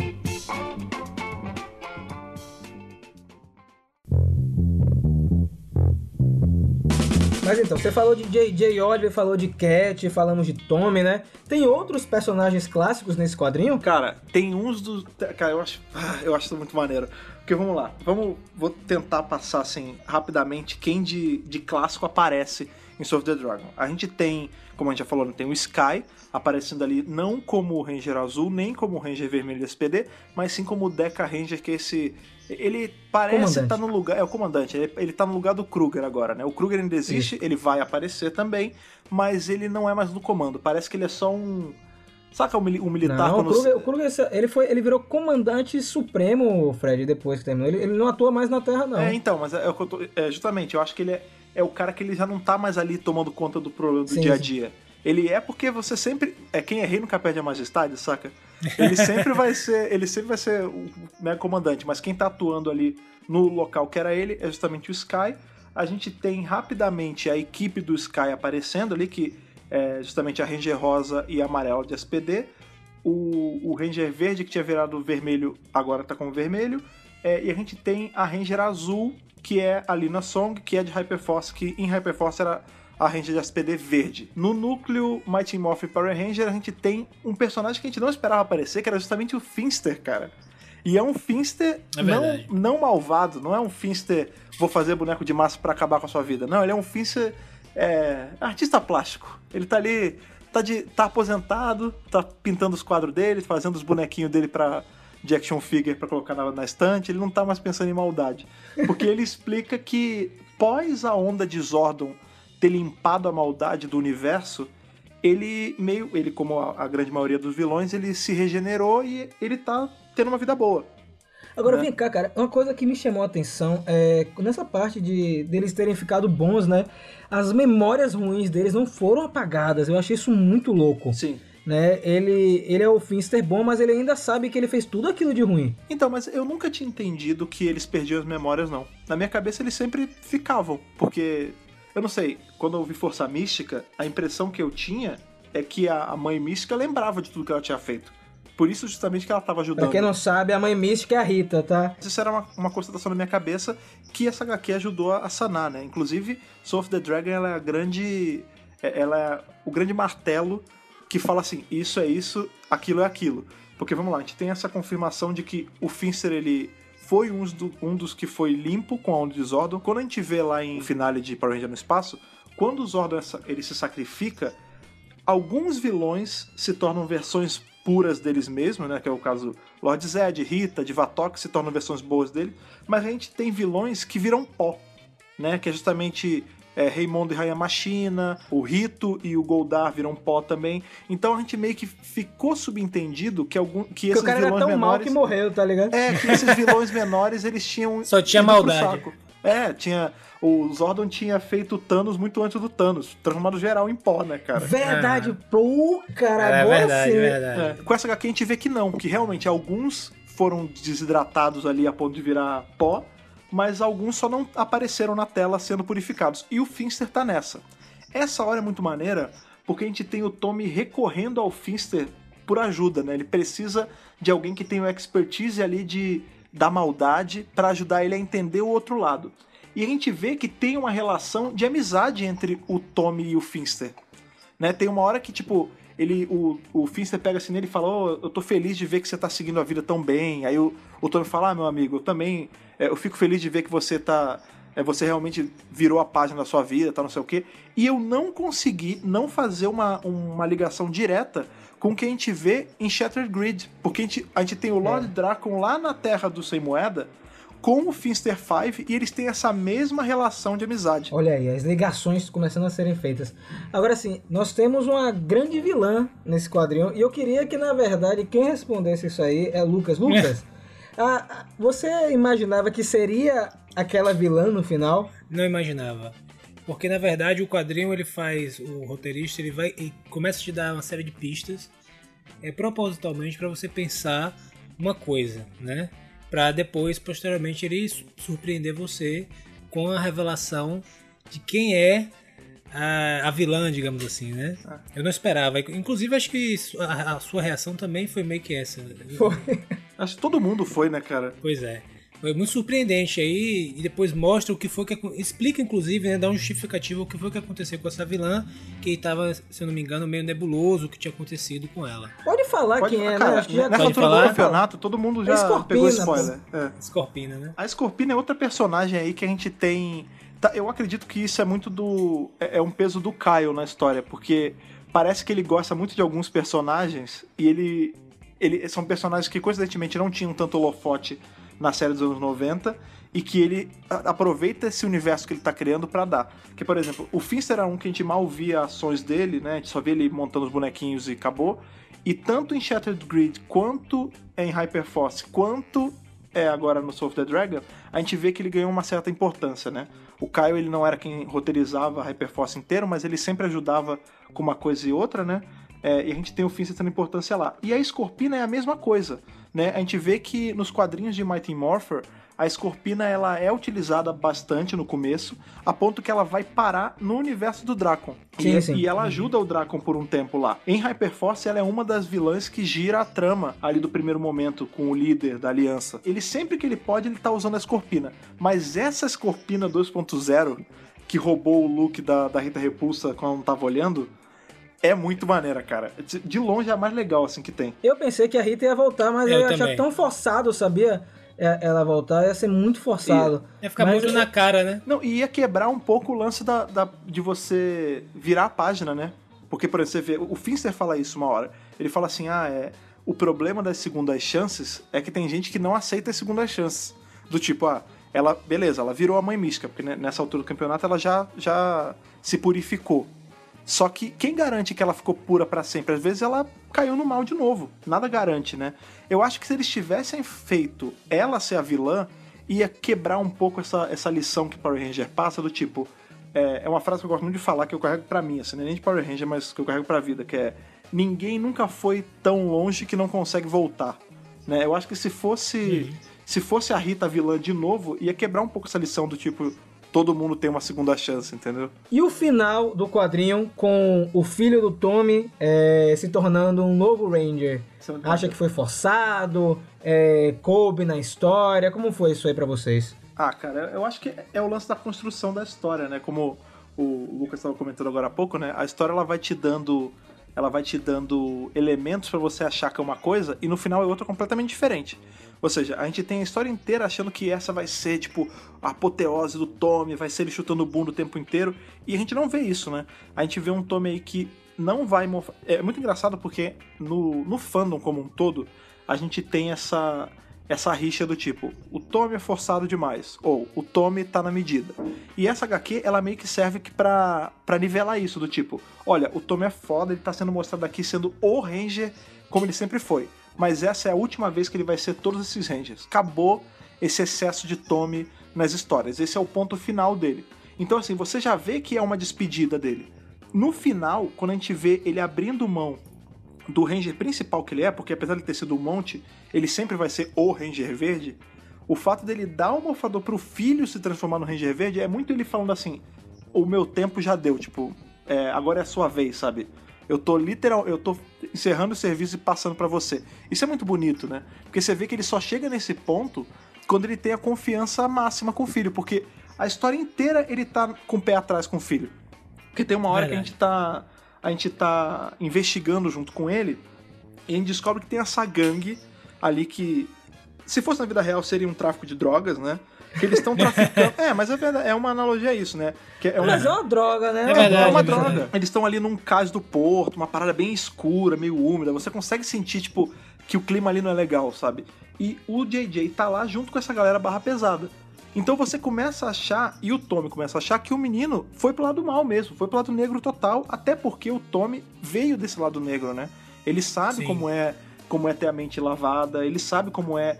Mas então, você falou de J J. Oliver, falou de Cat, falamos de Tommy, né? Tem outros personagens clássicos nesse quadrinho? Cara, tem uns dos... Cara, eu acho, eu acho isso muito maneiro. Porque vamos lá, vamos, vou tentar passar assim rapidamente quem de, de clássico aparece em Soul of the Dragon. A gente tem, como a gente já falou, tem o Sky aparecendo ali não como o Ranger azul, nem como o Ranger vermelho do S P D, mas sim como o Deca Ranger, que é esse... Ele parece estar no lugar... É o comandante, ele, ele tá no lugar do Kruger agora, né? O Kruger ainda existe, Isso. ele vai aparecer também, mas ele não é mais no comando. Parece que ele é só um... Saca o, um militar... Não, quando... o Kruger, o Kruger ele, foi, ele virou comandante supremo, Fred, depois que terminou. Ele, ele não atua mais na Terra, não. É, então, mas é, é, é justamente, eu acho que ele é, é o cara que ele já não tá mais ali tomando conta do problema do sim, dia a dia. Sim. Ele é porque você sempre... É quem é rei nunca perde a majestade, saca? Ele sempre vai ser, ele sempre vai ser o né, comandante, mas quem tá atuando ali no local que era ele é justamente o Sky. A gente tem rapidamente a equipe do Sky aparecendo ali, que é justamente a Ranger rosa e amarela de S P D. O, o Ranger verde, que tinha virado vermelho, agora tá como vermelho. É, e a gente tem a Ranger azul, que é a Lina Song, que é de Hyperforce, que em Hyperforce era a Ranger de S P D verde. No núcleo Mighty Morphin Power Ranger, a gente tem um personagem que a gente não esperava aparecer, que era justamente o Finster, cara. E é um Finster é não, não malvado, não é um Finster vou fazer boneco de massa pra acabar com a sua vida. Não, ele é um Finster é, artista plástico. Ele tá ali, tá, de, tá aposentado, tá pintando os quadros dele, fazendo os bonequinhos dele pra, de action figure pra colocar na, na estante. Ele não tá mais pensando em maldade. Porque ele explica que pós a onda de Zordon ter limpado a maldade do universo, ele meio, ele como a, a grande maioria dos vilões, ele se regenerou e ele tá tendo uma vida boa. Agora né? Vem cá, cara, uma coisa que me chamou a atenção é nessa parte de deles terem ficado bons, né? As memórias ruins deles não foram apagadas. Eu achei isso muito louco. Sim. Né? Ele, ele é o Finster bom, mas ele ainda sabe que ele fez tudo aquilo de ruim. Então, mas eu nunca tinha entendido que eles perdiam as memórias, não. Na minha cabeça eles sempre ficavam, porque eu não sei, quando eu vi Força Mística, a impressão que eu tinha é que a, a Mãe Mística lembrava de tudo que ela tinha feito. Por isso, justamente, que ela estava ajudando. Pra quem não sabe, a Mãe Mística é a Rita, tá? Isso era uma, uma constatação na minha cabeça que essa agá quê ajudou a sanar, né? Inclusive, Soul of the Dragon, ela é a grande... Ela é o grande martelo que fala assim, isso é isso, aquilo é aquilo. Porque, vamos lá, a gente tem essa confirmação de que o Finster, ele... foi um, do, um dos que foi limpo com a onda de Zordon. Quando a gente vê lá em finale de Power Ranger no Espaço, quando o Zordon ele se sacrifica, alguns vilões se tornam versões puras deles mesmos, né? Que é o caso Lord Zed, Rita, Divatok, se tornam versões boas dele. Mas a gente tem vilões que viram pó, né? Que é justamente é, Raimundo e Rainha Machina, o Rito e o Goldar viram pó também. Então a gente meio que ficou subentendido que, algum, que esses o cara vilões era tão menores... mal que morreu, tá ligado? É, que esses vilões menores, eles tinham... Só tinha maldade. É, tinha... O Zordon tinha feito o Thanos muito antes do Thanos, transformado geral em pó, né, cara? Verdade, ah. pô, cara, é, agora verdade, sim. Verdade. É, com essa agá quê a gente vê que não, que realmente alguns foram desidratados ali a ponto de virar pó, mas alguns só não apareceram na tela sendo purificados. E o Finster tá nessa. Essa hora é muito maneira, porque a gente tem o Tommy recorrendo ao Finster por ajuda, né? Ele precisa de alguém que tenha o expertise ali de, da maldade para ajudar ele a entender o outro lado. E a gente vê que tem uma relação de amizade entre o Tommy e o Finster. Né? Tem uma hora que, tipo, ele, o, o Finster pega assim nele e fala, oh, eu tô feliz de ver que você tá seguindo a vida tão bem. Aí o, o Tommy fala, ah, meu amigo, eu também é, eu fico feliz de ver que você tá... É, você realmente virou a página da sua vida, tá, não sei o quê. E eu não consegui não fazer uma, uma ligação direta com o que a gente vê em Shattered Grid. Porque a gente, a gente tem o Lord é. Dracon lá na Terra do Sem Moeda, com o Finster cinco, e eles têm essa mesma relação de amizade. Olha aí, as ligações começando a serem feitas. Agora sim, nós temos uma grande vilã nesse quadrinho, e eu queria que, na verdade, quem respondesse isso aí é Lucas. Lucas, ah, você imaginava que seria aquela vilã no final? Não imaginava. Porque, na verdade, o quadrinho, ele faz, o roteirista, ele vai e começa a te dar uma série de pistas, é, propositalmente para você pensar uma coisa, né? Para depois, posteriormente, ele surpreender você com a revelação de quem é a, a vilã, digamos assim, né? Ah. Eu não esperava. Inclusive, acho que a, a sua reação também foi meio que essa. Foi. Acho que todo mundo foi, né, cara? Pois é. Foi muito surpreendente aí, e depois mostra o que foi que... Explica, inclusive, né, dá um justificativo o que foi que aconteceu com essa vilã, que estava, se eu não me engano, meio nebuloso o que tinha acontecido com ela. Pode falar Pode, quem é, cara, né? Acho que já nessa altura do campeonato, todo mundo já Escorpina, pegou spoiler. É. Escorpina, né? A Escorpina é outra personagem aí que a gente tem Tá, eu acredito que isso é muito do... É, é um peso do Kyle na história, porque parece que ele gosta muito de alguns personagens e ele... ele são personagens que, coincidentemente, não tinham tanto holofote na série dos anos noventa e que ele aproveita esse universo que ele tá criando pra dar. Que, por exemplo, o Finster era um que a gente mal via ações dele, né? A gente só via ele montando os bonequinhos e acabou. E tanto em Shattered Grid, quanto em Hyperforce, quanto é agora no Soul of the Dragon, a gente vê que ele ganhou uma certa importância, né? O Kyle, ele não era quem roteirizava a Hyperforce inteiro, mas ele sempre ajudava com uma coisa e outra, né? É, e a gente tem o Finster tendo importância lá. E a Scorpina é a mesma coisa, né? A gente vê que nos quadrinhos de Mighty Morpher, a Scorpina ela é utilizada bastante no começo, a ponto que ela vai parar no universo do Drakon. Sim, e, sim. e ela ajuda o Drakon por um tempo lá. Em Hyperforce, ela é uma das vilãs que gira a trama ali do primeiro momento com o líder da aliança. Ele sempre que ele pode, ele tá usando a Scorpina. Mas essa Scorpina dois ponto zero, que roubou o look da, da Rita Repulsa quando ela não tava olhando, é muito maneira, cara. De longe é a mais legal, assim, que tem. Eu pensei que a Rita ia voltar, mas eu, Eu ia achar também. tão forçado, sabia? É, ela voltar, ia ser muito forçado. Ia ficar Mas muito eu- na cara, né? Não, e ia quebrar um pouco o lance da, da- de você virar a página, né? Porque, por exemplo, você vê, o Finster fala isso uma hora. Ele fala assim, ah, é... O problema das segundas chances é que tem gente que não aceita as segundas chances. Do tipo, ah, ela... Beleza, ela virou a Mãe Mística, porque né, nessa altura do campeonato ela já, já se purificou. Só que quem garante que ela ficou pura pra sempre? Às vezes ela caiu no mal de novo. Nada garante, né? Eu acho que se eles tivessem feito ela ser a vilã, ia quebrar um pouco essa, essa lição que Power Ranger passa, do tipo... É, é uma frase que eu gosto muito de falar, que eu carrego pra mim, assim, não é nem de Power Ranger, mas que eu carrego pra vida, que é... Ninguém nunca foi tão longe que não consegue voltar. Né? Eu acho que se fosse, Uhum. se fosse a Rita a vilã de novo, ia quebrar um pouco essa lição do tipo... Todo mundo tem uma segunda chance, entendeu? E o final do quadrinho com o filho do Tommy é, se tornando um novo Ranger? Você não Acha que foi forçado? É, coube na história? Como foi isso aí pra vocês? Ah, cara, eu acho que é o lance da construção da história, né? Como o Lucas estava comentando agora há pouco, né? A história ela vai te dando, ela vai te dando elementos pra você achar que é uma coisa e no final é outra completamente diferente. Ou seja, a gente tem a história inteira achando que essa vai ser, tipo, a apoteose do Tommy, vai ser ele chutando o bunda o tempo inteiro, e a gente não vê isso, né? A gente vê um Tommy aí que não vai... Mof... É muito engraçado porque no, no fandom como um todo, a gente tem essa, essa rixa do tipo, o Tommy é forçado demais, ou o Tommy tá na medida. E essa agá quê, ela meio que serve que pra, pra nivelar isso, do tipo, olha, o Tommy é foda, ele tá sendo mostrado aqui sendo o Ranger como ele sempre foi. Mas essa é a última vez que ele vai ser todos esses Rangers. Acabou esse excesso de Tommy nas histórias. Esse é o ponto final dele. Então, assim, você já vê que é uma despedida dele. No final, quando a gente vê ele abrindo mão do Ranger principal que ele é, porque apesar de ter sido um monte, ele sempre vai ser o Ranger Verde, o fato dele dar o morfador pro filho se transformar no Ranger Verde é muito ele falando assim, o meu tempo já deu, tipo, é, agora é a sua vez, sabe? Eu tô literal, eu tô encerrando o serviço e passando pra você. Isso é muito bonito, né? Porque você vê que ele só chega nesse ponto quando ele tem a confiança máxima com o filho, porque a história inteira ele tá com o pé atrás com o filho. Porque tem uma hora Verdade. que a gente tá a gente tá investigando junto com ele e a gente descobre que tem essa gangue ali que, se fosse na vida real, seria um tráfico de drogas, né? Que eles estão traficando... É, mas é verdade, é uma analogia a isso, né? Que é uma... Mas é uma droga, né? É verdade, É uma é verdade. droga. Eles estão ali num cais do porto, uma parada bem escura, meio úmida. Você consegue sentir, tipo, que o clima ali não é legal, sabe? E o J J tá lá junto com essa galera barra pesada. Então você começa a achar, e o Tommy começa a achar, que o menino foi pro lado mal mesmo, foi pro lado negro total, até porque o Tommy veio desse lado negro, né? Ele sabe Sim. como é, como é ter a mente lavada, ele sabe como é...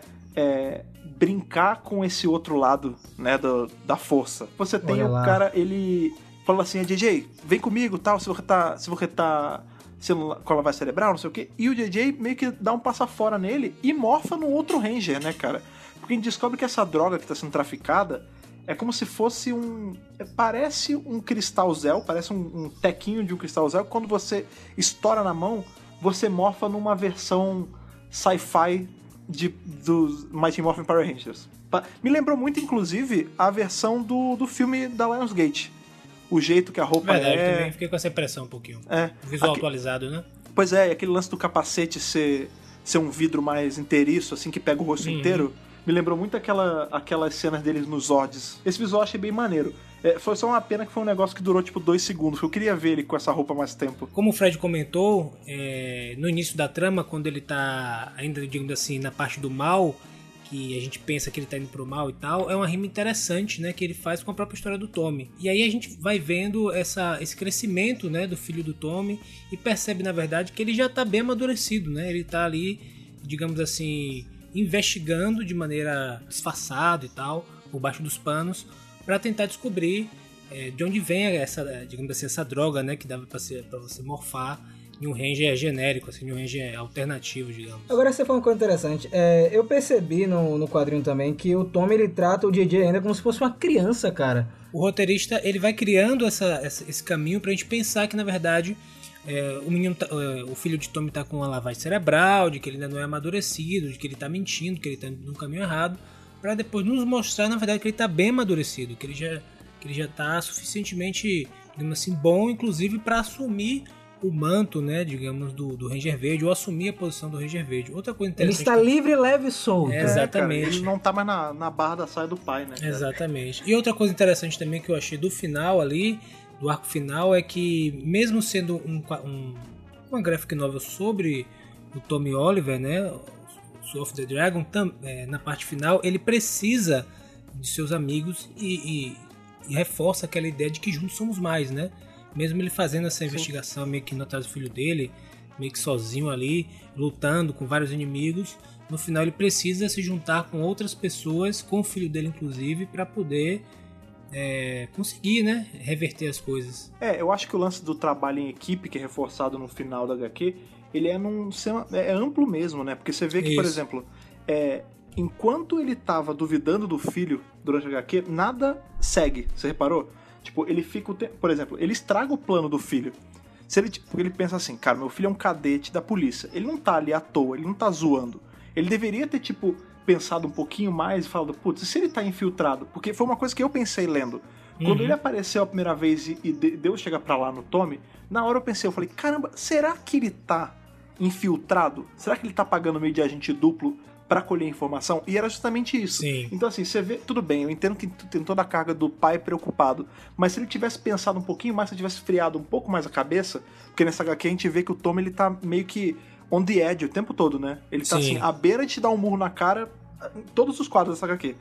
é brincar com esse outro lado, né, do, da força. Você tem Olha o lá. cara, ele fala assim, J J, vem comigo, tal, se você tá, se você tá sendo com a lavagem cerebral, não sei o quê, e o J J meio que dá um passo fora nele e morfa no outro Ranger, né, cara? Porque a gente descobre que essa droga que tá sendo traficada é como se fosse um... Parece um cristal Zel, parece um, um tequinho de um cristal Zel, quando você estoura na mão, você morfa numa versão sci-fi de, dos Mighty Morphin Power Rangers. Me lembrou muito, inclusive, a versão do, do filme da Lionsgate. O jeito que a roupa Verdade, é... também fiquei com essa impressão um pouquinho. É. Visual Aque- atualizado, né? Pois é, e aquele lance do capacete ser, ser um vidro mais inteiriço, assim, que pega o rosto Uhum. inteiro, me lembrou muito aquela, aquelas cenas deles nos Zords. Esse visual eu achei bem maneiro. É, foi só uma pena que foi um negócio que durou tipo dois segundos. Eu queria ver ele com essa roupa mais tempo. Como o Fred comentou, é, no início da trama, quando ele tá ainda, digamos assim, na parte do mal, que a gente pensa que ele tá indo pro mal e tal, é uma rima interessante, né, que ele faz com a própria história do Tommy. E aí a gente vai vendo essa, esse crescimento, né, do filho do Tommy e percebe, na verdade, que ele já tá bem amadurecido, né? Ele tá ali, digamos assim, investigando de maneira disfarçada e tal, por baixo dos panos, para tentar descobrir é, de onde vem essa, digamos assim, essa droga, né, que dava para você morfar em um Ranger genérico, assim, em um Ranger alternativo, digamos. Agora você falou uma coisa interessante. É, eu percebi no, no quadrinho também que o Tommy, ele trata o J J ainda como se fosse uma criança, cara. O roteirista, ele vai criando essa, essa, esse caminho pra gente pensar que, na verdade, é, o, menino tá, é, o filho de Tommy tá com uma lavagem cerebral, de que ele ainda não é amadurecido, de que ele tá mentindo, que ele tá no caminho errado, pra depois nos mostrar, na verdade, que ele tá bem amadurecido, que ele já, que ele já tá suficientemente, digamos assim, bom, inclusive, pra assumir o manto, né, digamos, do, do Ranger Verde, ou assumir a posição do Ranger Verde. Outra coisa interessante... Ele está que... livre, leve e solto. É, exatamente. É, cara, ele não tá mais na, na barra da saia do pai, né? Cara? Exatamente. E outra coisa interessante também que eu achei do final ali, do arco final, é que mesmo sendo um, um, uma graphic novel sobre o Tommy Oliver, né, o Soul of the Dragon, tam, é, na parte final, ele precisa de seus amigos e, e, e reforça aquela ideia de que juntos somos mais, né? Mesmo ele fazendo essa investigação meio que indo atrás do filho dele, meio que sozinho ali, lutando com vários inimigos, no final ele precisa se juntar com outras pessoas, com o filho dele inclusive, para poder é, conseguir, né, reverter as coisas. É, eu acho que o lance do trabalho em equipe, que é reforçado no final da agá quê, ele é, num, é amplo mesmo, né? Porque você vê que, Isso. por exemplo, é, enquanto ele tava duvidando do filho durante a agá quê, nada segue, você reparou? Tipo, ele fica o tempo... Por exemplo, ele estraga o plano do filho. Se ele, tipo, ele pensa assim, cara, meu filho é um cadete da polícia. Ele não tá ali à toa, ele não tá zoando. Ele deveria ter, tipo, pensado um pouquinho mais e falado, putz, e se ele tá infiltrado? Porque foi uma coisa que eu pensei lendo. Quando uhum. ele apareceu a primeira vez e, e Deus chega pra lá no Tommy, na hora eu pensei, eu falei, caramba, será que ele tá infiltrado? Será que ele tá pagando meio de agente duplo pra colher informação? E era justamente isso. Sim. Então assim, você vê, tudo bem, eu entendo que tem toda a carga do pai preocupado, mas se ele tivesse pensado um pouquinho mais, se ele tivesse friado um pouco mais a cabeça, porque nessa agá quê a gente vê que o Tommy, ele tá meio que on the edge o tempo todo, né? Ele tá Sim. assim, à beira de te dar um murro na cara em todos os quadros dessa agá quê.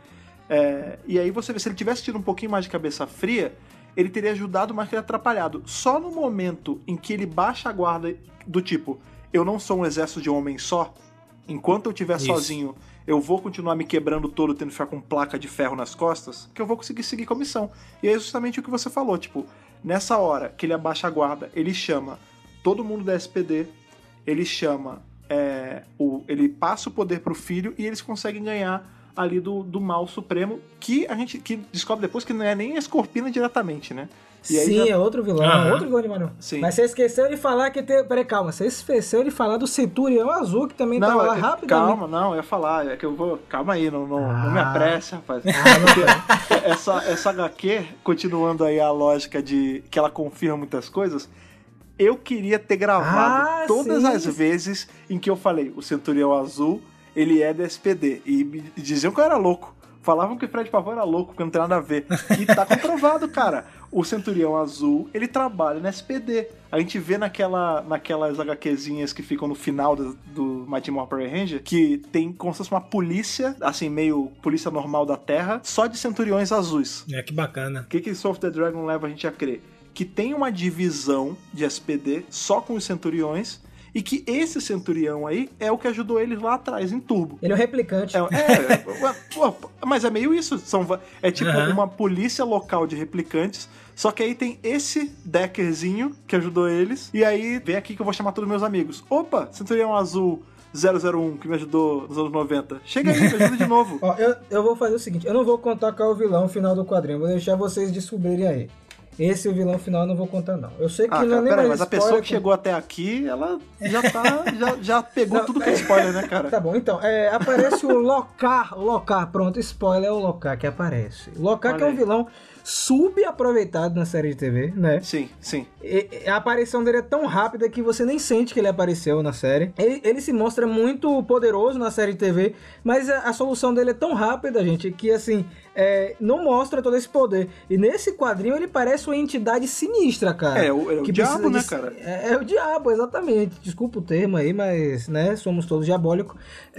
É, e aí você vê, se ele tivesse tido um pouquinho mais de cabeça fria, ele teria ajudado mais que atrapalhado. Só no momento em que ele baixa a guarda do tipo, eu não sou um exército de um homem só, enquanto eu estiver sozinho, eu vou continuar me quebrando todo, tendo que ficar com placa de ferro nas costas, que eu vou conseguir seguir com a missão. E é justamente o que você falou, tipo, nessa hora que ele abaixa a guarda, ele chama todo mundo da S P D, ele chama, é, o, ele passa o poder pro filho e eles conseguem ganhar ali do, do mal supremo, que a gente que descobre depois que não é nem a Escorpina diretamente, né? E aí Sim, já... é outro vilão, uhum. outro vilão de Manu. Mas você esqueceu de falar que tem... Peraí, calma, você esqueceu de falar do Centurião Azul, que também não, tá lá é que... rapidamente. Calma, não, eu ia falar, é que eu vou... Calma aí, não, não, ah. não me apresse, rapaz. Ah, essa, essa agá quê, continuando aí a lógica de que ela confirma muitas coisas, eu queria ter gravado ah, todas sim. as vezes em que eu falei, o Centurião Azul, ele é da S P D, e me diziam que eu era louco. Falavam que o Fred Pavão era louco, porque não tem nada a ver. E tá comprovado, cara. O Centurião Azul, ele trabalha na S P D. A gente vê naquela, naquelas HQzinhas que ficam no final do, do Mighty Morphin Power Ranger, que tem como se fosse uma polícia, assim, meio polícia normal da Terra, só de Centuriões Azuis. É, que bacana. O que que Soul of the Dragon leva a gente a crer? Que tem uma divisão de S P D só com os Centuriões, e que esse Centurião aí é o que ajudou eles lá atrás, em Turbo. Ele é um replicante. É, é pô, mas é meio isso. São, é tipo uhum. uma polícia local de replicantes, só que aí tem esse Deckerzinho que ajudou eles, e aí vem aqui que eu vou chamar todos meus amigos. Opa, Centurião Azul zero zero um, que me ajudou nos anos noventa. Chega aí, me ajuda de novo. Ó, eu, eu vou fazer o seguinte, eu não vou contar qual é o vilão final do quadrinho, vou deixar vocês descobrirem aí. Esse o vilão final eu não vou contar, não. Eu sei que ah, não é nem pera mais aí, mas a pessoa que com... chegou até aqui, ela já tá, já, já pegou não, tudo que é spoiler, né, cara? Tá bom, então, é, aparece o Lokar, o Lokar, pronto, spoiler é o Lokar que aparece. O Lokar que é um vilão subaproveitado na série de T V, né? Sim, sim. E, a aparição dele é tão rápida que você nem sente que ele apareceu na série. Ele, ele se mostra muito poderoso na série de T V, mas a, a solução dele é tão rápida, gente, que assim, é, não mostra todo esse poder. E nesse quadrinho ele parece uma entidade sinistra, cara. É, o, é o que diabo, de, né, cara? É, é o diabo, exatamente. Desculpa o termo aí, mas, né, somos todos diabólicos.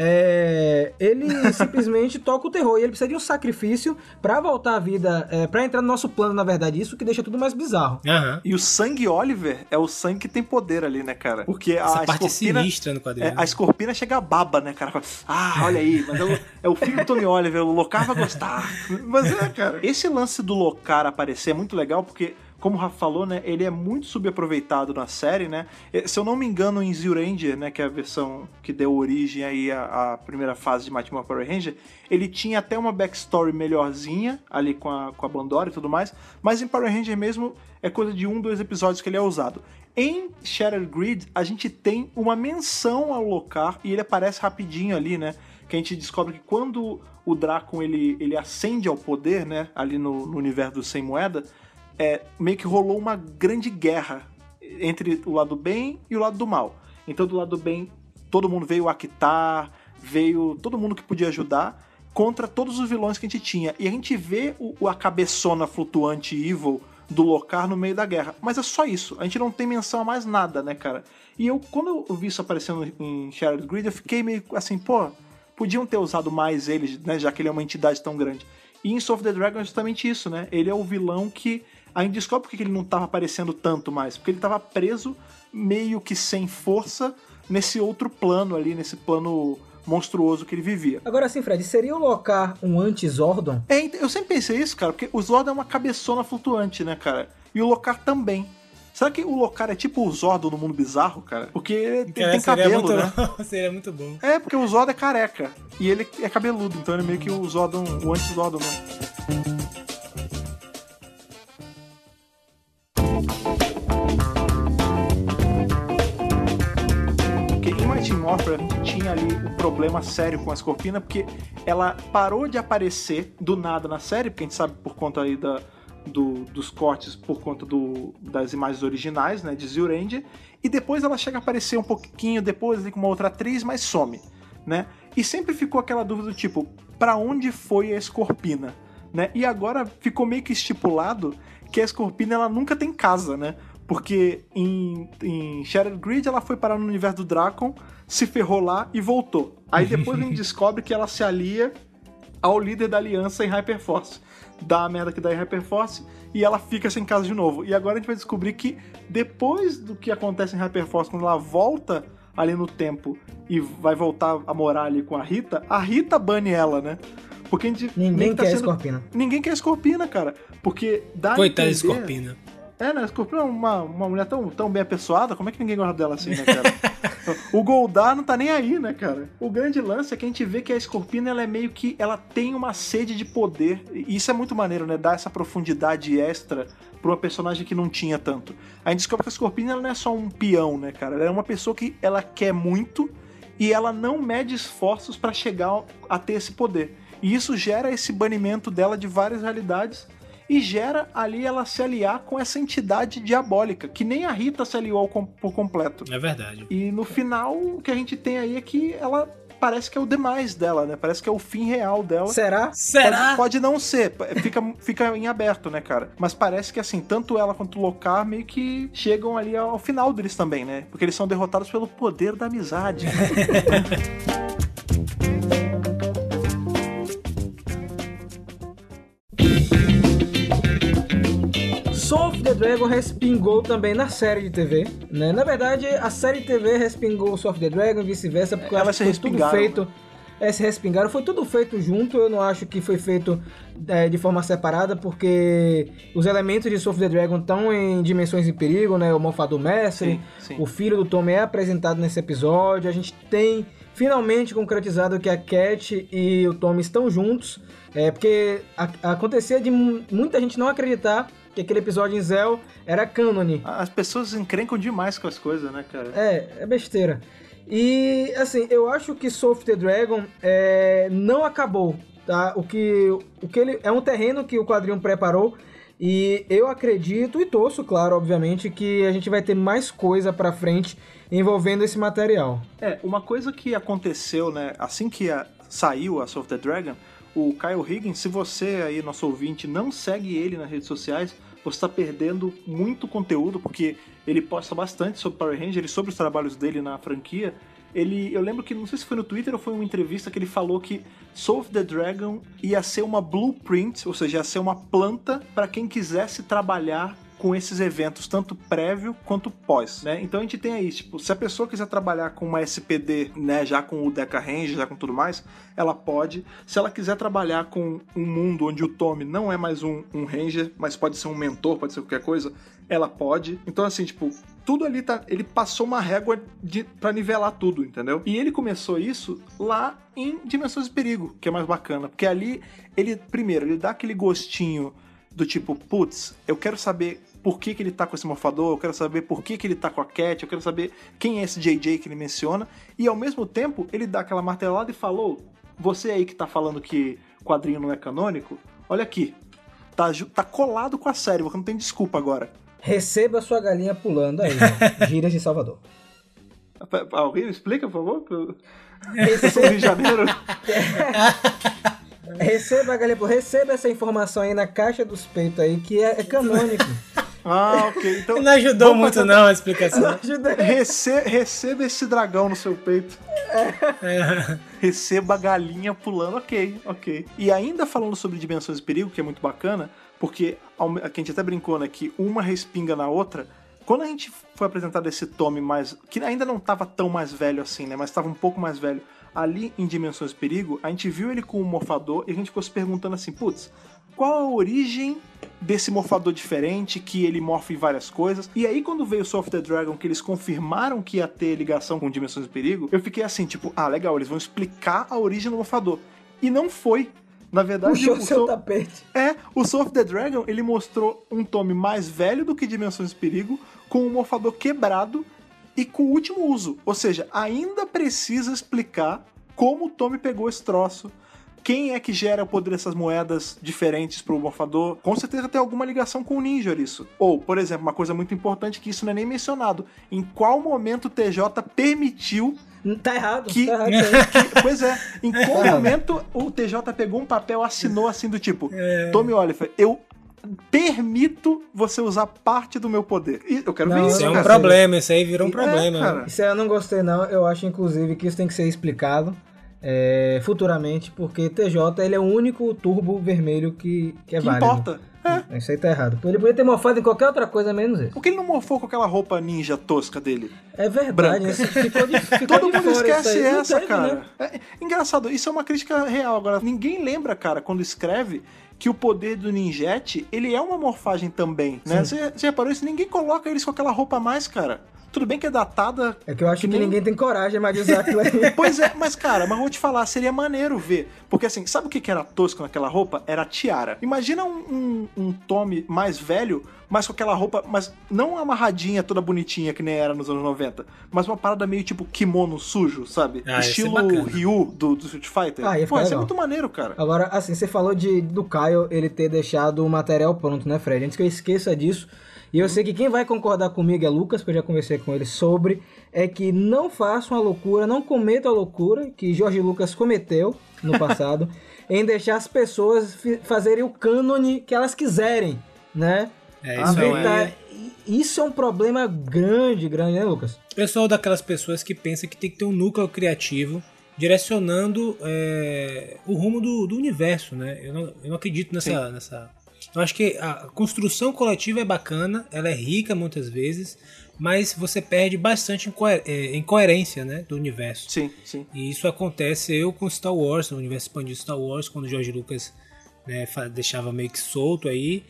É, ele simplesmente toca o terror e ele precisa de um sacrifício pra voltar à vida, é, pra entrar no nosso plano, na verdade. Isso que deixa tudo mais bizarro. Uhum. E o sangue Oliver é o sangue que tem poder ali, né, cara? Porque Essa a parte escorpina, sinistra no quadrinho. É, a escorpina chega a baba, né, cara? Ah, olha aí, mas é o, é o filho do Tony Oliver, o Locar vai gostar. Mas é, cara. Esse lance do Locar aparecer é muito legal porque, como o Rafa falou, né, ele é muito subaproveitado na série, né? Se eu não me engano, em Zyuranger, né, que é a versão que deu origem aí à, à primeira fase de Mighty Morphin Power Ranger, ele tinha até uma backstory melhorzinha ali com a, com a Bandora e tudo mais, mas em Power Ranger mesmo é coisa de um, dois episódios que ele é usado. Em Shattered Grid, a gente tem uma menção ao Locar e ele aparece rapidinho ali, né? Que a gente descobre que quando o Drakon ele, ele ascende ao poder, né? Ali no, no universo do Sem Moeda, é, meio que rolou uma grande guerra entre o lado bem e o lado do mal. Então, do lado bem, todo mundo veio aquitar, veio todo mundo que podia ajudar contra todos os vilões que a gente tinha. E a gente vê o, a cabeçona flutuante evil do Locar no meio da guerra. Mas é só isso. A gente não tem menção a mais nada, né, cara? E eu, quando eu vi isso aparecendo em Shattered Grid, eu fiquei meio assim, pô, podiam ter usado mais ele, né, já que ele é uma entidade tão grande. E em Soul of the Dragon é justamente isso, né? Ele é o vilão que a gente descobre porque ele não estava aparecendo tanto mais. Porque ele estava preso, meio que sem força, nesse outro plano ali, nesse plano monstruoso que ele vivia. Agora sim, Fred, seria o Locar um anti-Zordon? É, eu sempre pensei isso, cara, porque o Zordon é uma cabeçona flutuante, né, cara? E o Locar também. Será que o Locar é tipo o Zordon no mundo bizarro, cara? Porque ele Cara, tem cabelo, muito, né? Seria muito bom. É, porque o Zordon é careca. E ele é cabeludo, então ele é meio que o Zordon, o anti-Zordon, né? Mighty Morphin, a gente tinha ali um problema sério com a Escorpina, porque ela parou de aparecer do nada na série, porque a gente sabe por conta aí da, do, dos cortes, por conta do, das imagens originais, né, de Zyuranger, e depois ela chega a aparecer um pouquinho depois ali com uma outra atriz, mas some, né? E sempre ficou aquela dúvida do tipo, pra onde foi a Escorpina, né? E agora ficou meio que estipulado que a Escorpina ela nunca tem casa, né? Porque em, em Shattered Grid ela foi parar no universo do Drakon, se ferrou lá e voltou. Aí depois a gente descobre que ela se alia ao líder da aliança em Hyperforce. Dá a merda que dá em Hyperforce e ela fica sem casa de novo. E agora a gente vai descobrir que depois do que acontece em Hyperforce, quando ela volta ali no tempo e vai voltar a morar ali com a Rita, a Rita bane ela, né? Porque a gente... Ninguém tá quer sendo... Escorpina. Ninguém quer Escorpina, cara. Porque dá Coitada a de entender... Escorpina. É, né? A Escorpina é uma, uma mulher tão, tão bem apessoada, como é que ninguém gosta dela assim, né, cara? O Goldar não tá nem aí, né, cara? O grande lance é que a gente vê que a Escorpina, ela é meio que... Ela tem uma sede de poder. E isso é muito maneiro, né? Dar essa profundidade extra pra uma personagem que não tinha tanto. A gente descobre que a Escorpina, ela não é só um peão, né, cara? Ela é uma pessoa que ela quer muito e ela não mede esforços pra chegar a ter esse poder. E isso gera esse banimento dela de várias realidades e gera ali ela se aliar com essa entidade diabólica, que nem a Rita se aliou por completo. É verdade. E no final, o que a gente tem aí é que ela parece que é o demais dela, né? Parece que é o fim real dela. Será? Será? Pode, pode não ser, fica, fica em aberto, né, cara? Mas parece que, assim, tanto ela quanto o Locar meio que chegam ali ao final deles também, né? Porque eles são derrotados pelo poder da amizade. Soul of the Dragon respingou também na série de T V, né? Na verdade, a série de T V respingou Soul of the Dragon e vice-versa, porque Elas eu acho que foi tudo feito... né? É, se respingaram, foi tudo feito junto, eu não acho que foi feito é, de forma separada, porque os elementos de Soul of the Dragon estão em Dimensões em Perigo, né? O Malfador Mestre, sim, sim. O filho do Tom é apresentado nesse episódio, a gente tem finalmente concretizado que a Cat e o Tom estão juntos, é, porque a, acontecia de muita gente não acreditar que aquele episódio em Zell era cânone. As pessoas encrencam demais com as coisas, né, cara? É, é besteira. E, assim, eu acho que Soul of the Dragon é, não acabou, tá? O que, o que ele... É um terreno que o quadrinho preparou E eu acredito e torço, claro, obviamente, que a gente vai ter mais coisa pra frente envolvendo esse material. É, uma coisa que aconteceu, né, assim que a, saiu a Soul of the Dragon, o Kyle Higgins, se você aí, nosso ouvinte, não segue ele nas redes sociais, você está perdendo muito conteúdo, porque ele posta bastante sobre Power Rangers, sobre os trabalhos dele na franquia. Ele, eu lembro que, não sei se foi no Twitter ou foi uma entrevista que ele falou que Soul of the Dragon ia ser uma blueprint, ou seja, ia ser uma planta para quem quisesse trabalhar com esses eventos, tanto prévio quanto pós, né? Então a gente tem aí, tipo, se a pessoa quiser trabalhar com uma S P D, né, já com o Deca Ranger, já com tudo mais, ela pode. Se ela quiser trabalhar com um mundo onde o Tommy não é mais um, um Ranger, mas pode ser um mentor, pode ser qualquer coisa, ela pode. Então assim, tipo, tudo ali tá... Ele passou uma régua de, pra nivelar tudo, entendeu? E ele começou isso lá em Dimensões de Perigo, que é mais bacana, porque ali, ele, primeiro, ele dá aquele gostinho do tipo, putz, eu quero saber por que, que ele tá com esse morfador, eu quero saber por que, que ele tá com a Cat, eu quero saber quem é esse J J que ele menciona, e ao mesmo tempo ele dá aquela martelada e falou, você aí que tá falando que quadrinho não é canônico, olha aqui, tá, tá colado com a série, você não tem desculpa agora. Receba sua galinha pulando aí, gírias de Salvador. Alguém me explica, por favor? Receba... Rio de Janeiro. Receba, galera, receba essa informação aí na caixa dos peitos aí, que é, é canônico. Ah, ok. Então, não ajudou muito fazer... não a explicação. Não ajudou. Rece... Receba esse dragão no seu peito. É. Receba a galinha pulando, ok, ok. E ainda falando sobre Dimensões de Perigo, que é muito bacana, porque a gente até brincou, né, que uma respinga na outra. Quando a gente foi apresentado esse Tommy mais... que ainda não estava tão mais velho assim, né, mas estava um pouco mais velho, ali em Dimensões de Perigo, a gente viu ele com um morfador e a gente ficou se perguntando assim, putz, qual a origem desse morfador diferente, que ele morfa em várias coisas? E aí quando veio o Soul of the Dragon, que eles confirmaram que ia ter ligação com Dimensões de Perigo, eu fiquei assim, tipo, ah, legal, eles vão explicar a origem do morfador. E não foi. Na verdade, puxou o seu Soul... tapete. É, o Soul of the Dragon, ele mostrou um Tommy mais velho do que Dimensões de Perigo, com um morfador quebrado e com o último uso. Ou seja, ainda precisa explicar como o Tommy pegou esse troço, quem é que gera o poder dessas moedas diferentes pro morfador. Com certeza tem alguma ligação com o Ninja isso. Ou, por exemplo, uma coisa muito importante que isso não é nem mencionado. Em qual momento o T J permitiu... Tá errado, que, tá errado. Que, pois é, em qual momento o T J pegou um papel, assinou assim do tipo, é. Tommy Oliver, eu permito você usar parte do meu poder. E eu quero não, ver isso. Isso é um cara. problema, isso aí virou um problema. É, cara. Isso aí eu não gostei não, eu acho inclusive que isso tem que ser explicado é, futuramente, porque T J ele é o único turbo vermelho que, que é que válido. importa. É. Isso aí tá errado. Ele podia ter morfado em qualquer outra coisa menos isso. Por que ele não morfou com aquela roupa ninja tosca dele? É verdade, né? Ficou de, ficou todo de mundo esquece essa, teve, cara. Né? É, engraçado, isso é uma crítica real. Agora, ninguém lembra, cara, quando escreve que o poder do Ninjete, ele é uma morfagem também, né? Você, você reparou isso? Ninguém coloca eles com aquela roupa a mais, cara. Tudo bem que é datada... É que eu acho que, que nem... ninguém tem coragem mais de usar aquilo aí. Pois é, mas cara, mas vou te falar, seria maneiro ver. Porque assim, sabe o que era tosco naquela roupa? Era a tiara. Imagina um, um, um Tommy mais velho, mas com aquela roupa, mas não amarradinha, toda bonitinha, que nem era nos anos noventa, mas uma parada meio tipo kimono sujo, sabe? Ah, estilo Ryu do, do Street Fighter. Ah, ia Pô, isso é legal. muito maneiro, cara. Agora, assim, você falou de, do Kyle, ele ter deixado o material pronto, né, Fred? Antes que eu esqueça disso... E eu sei que quem vai concordar comigo é Lucas, porque eu já conversei com ele sobre, é que não faça uma loucura, não cometa a loucura que Jorge Lucas cometeu no passado, em deixar as pessoas fazerem o cânone que elas quiserem, né? É, isso Inventar... aí. Isso é um problema grande, grande, né, Lucas? Pessoal daquelas pessoas que pensam que tem que ter um núcleo criativo direcionando é, o rumo do, do universo, né? Eu não, eu não acredito nessa... nessa... Eu acho que a construção coletiva é bacana, ela é rica muitas vezes, mas você perde bastante em, coer- em coerência, né, do universo. Sim, sim. E isso acontece eu com Star Wars, no universo expandido de Star Wars, quando o George Lucas, né, deixava meio que solto aí.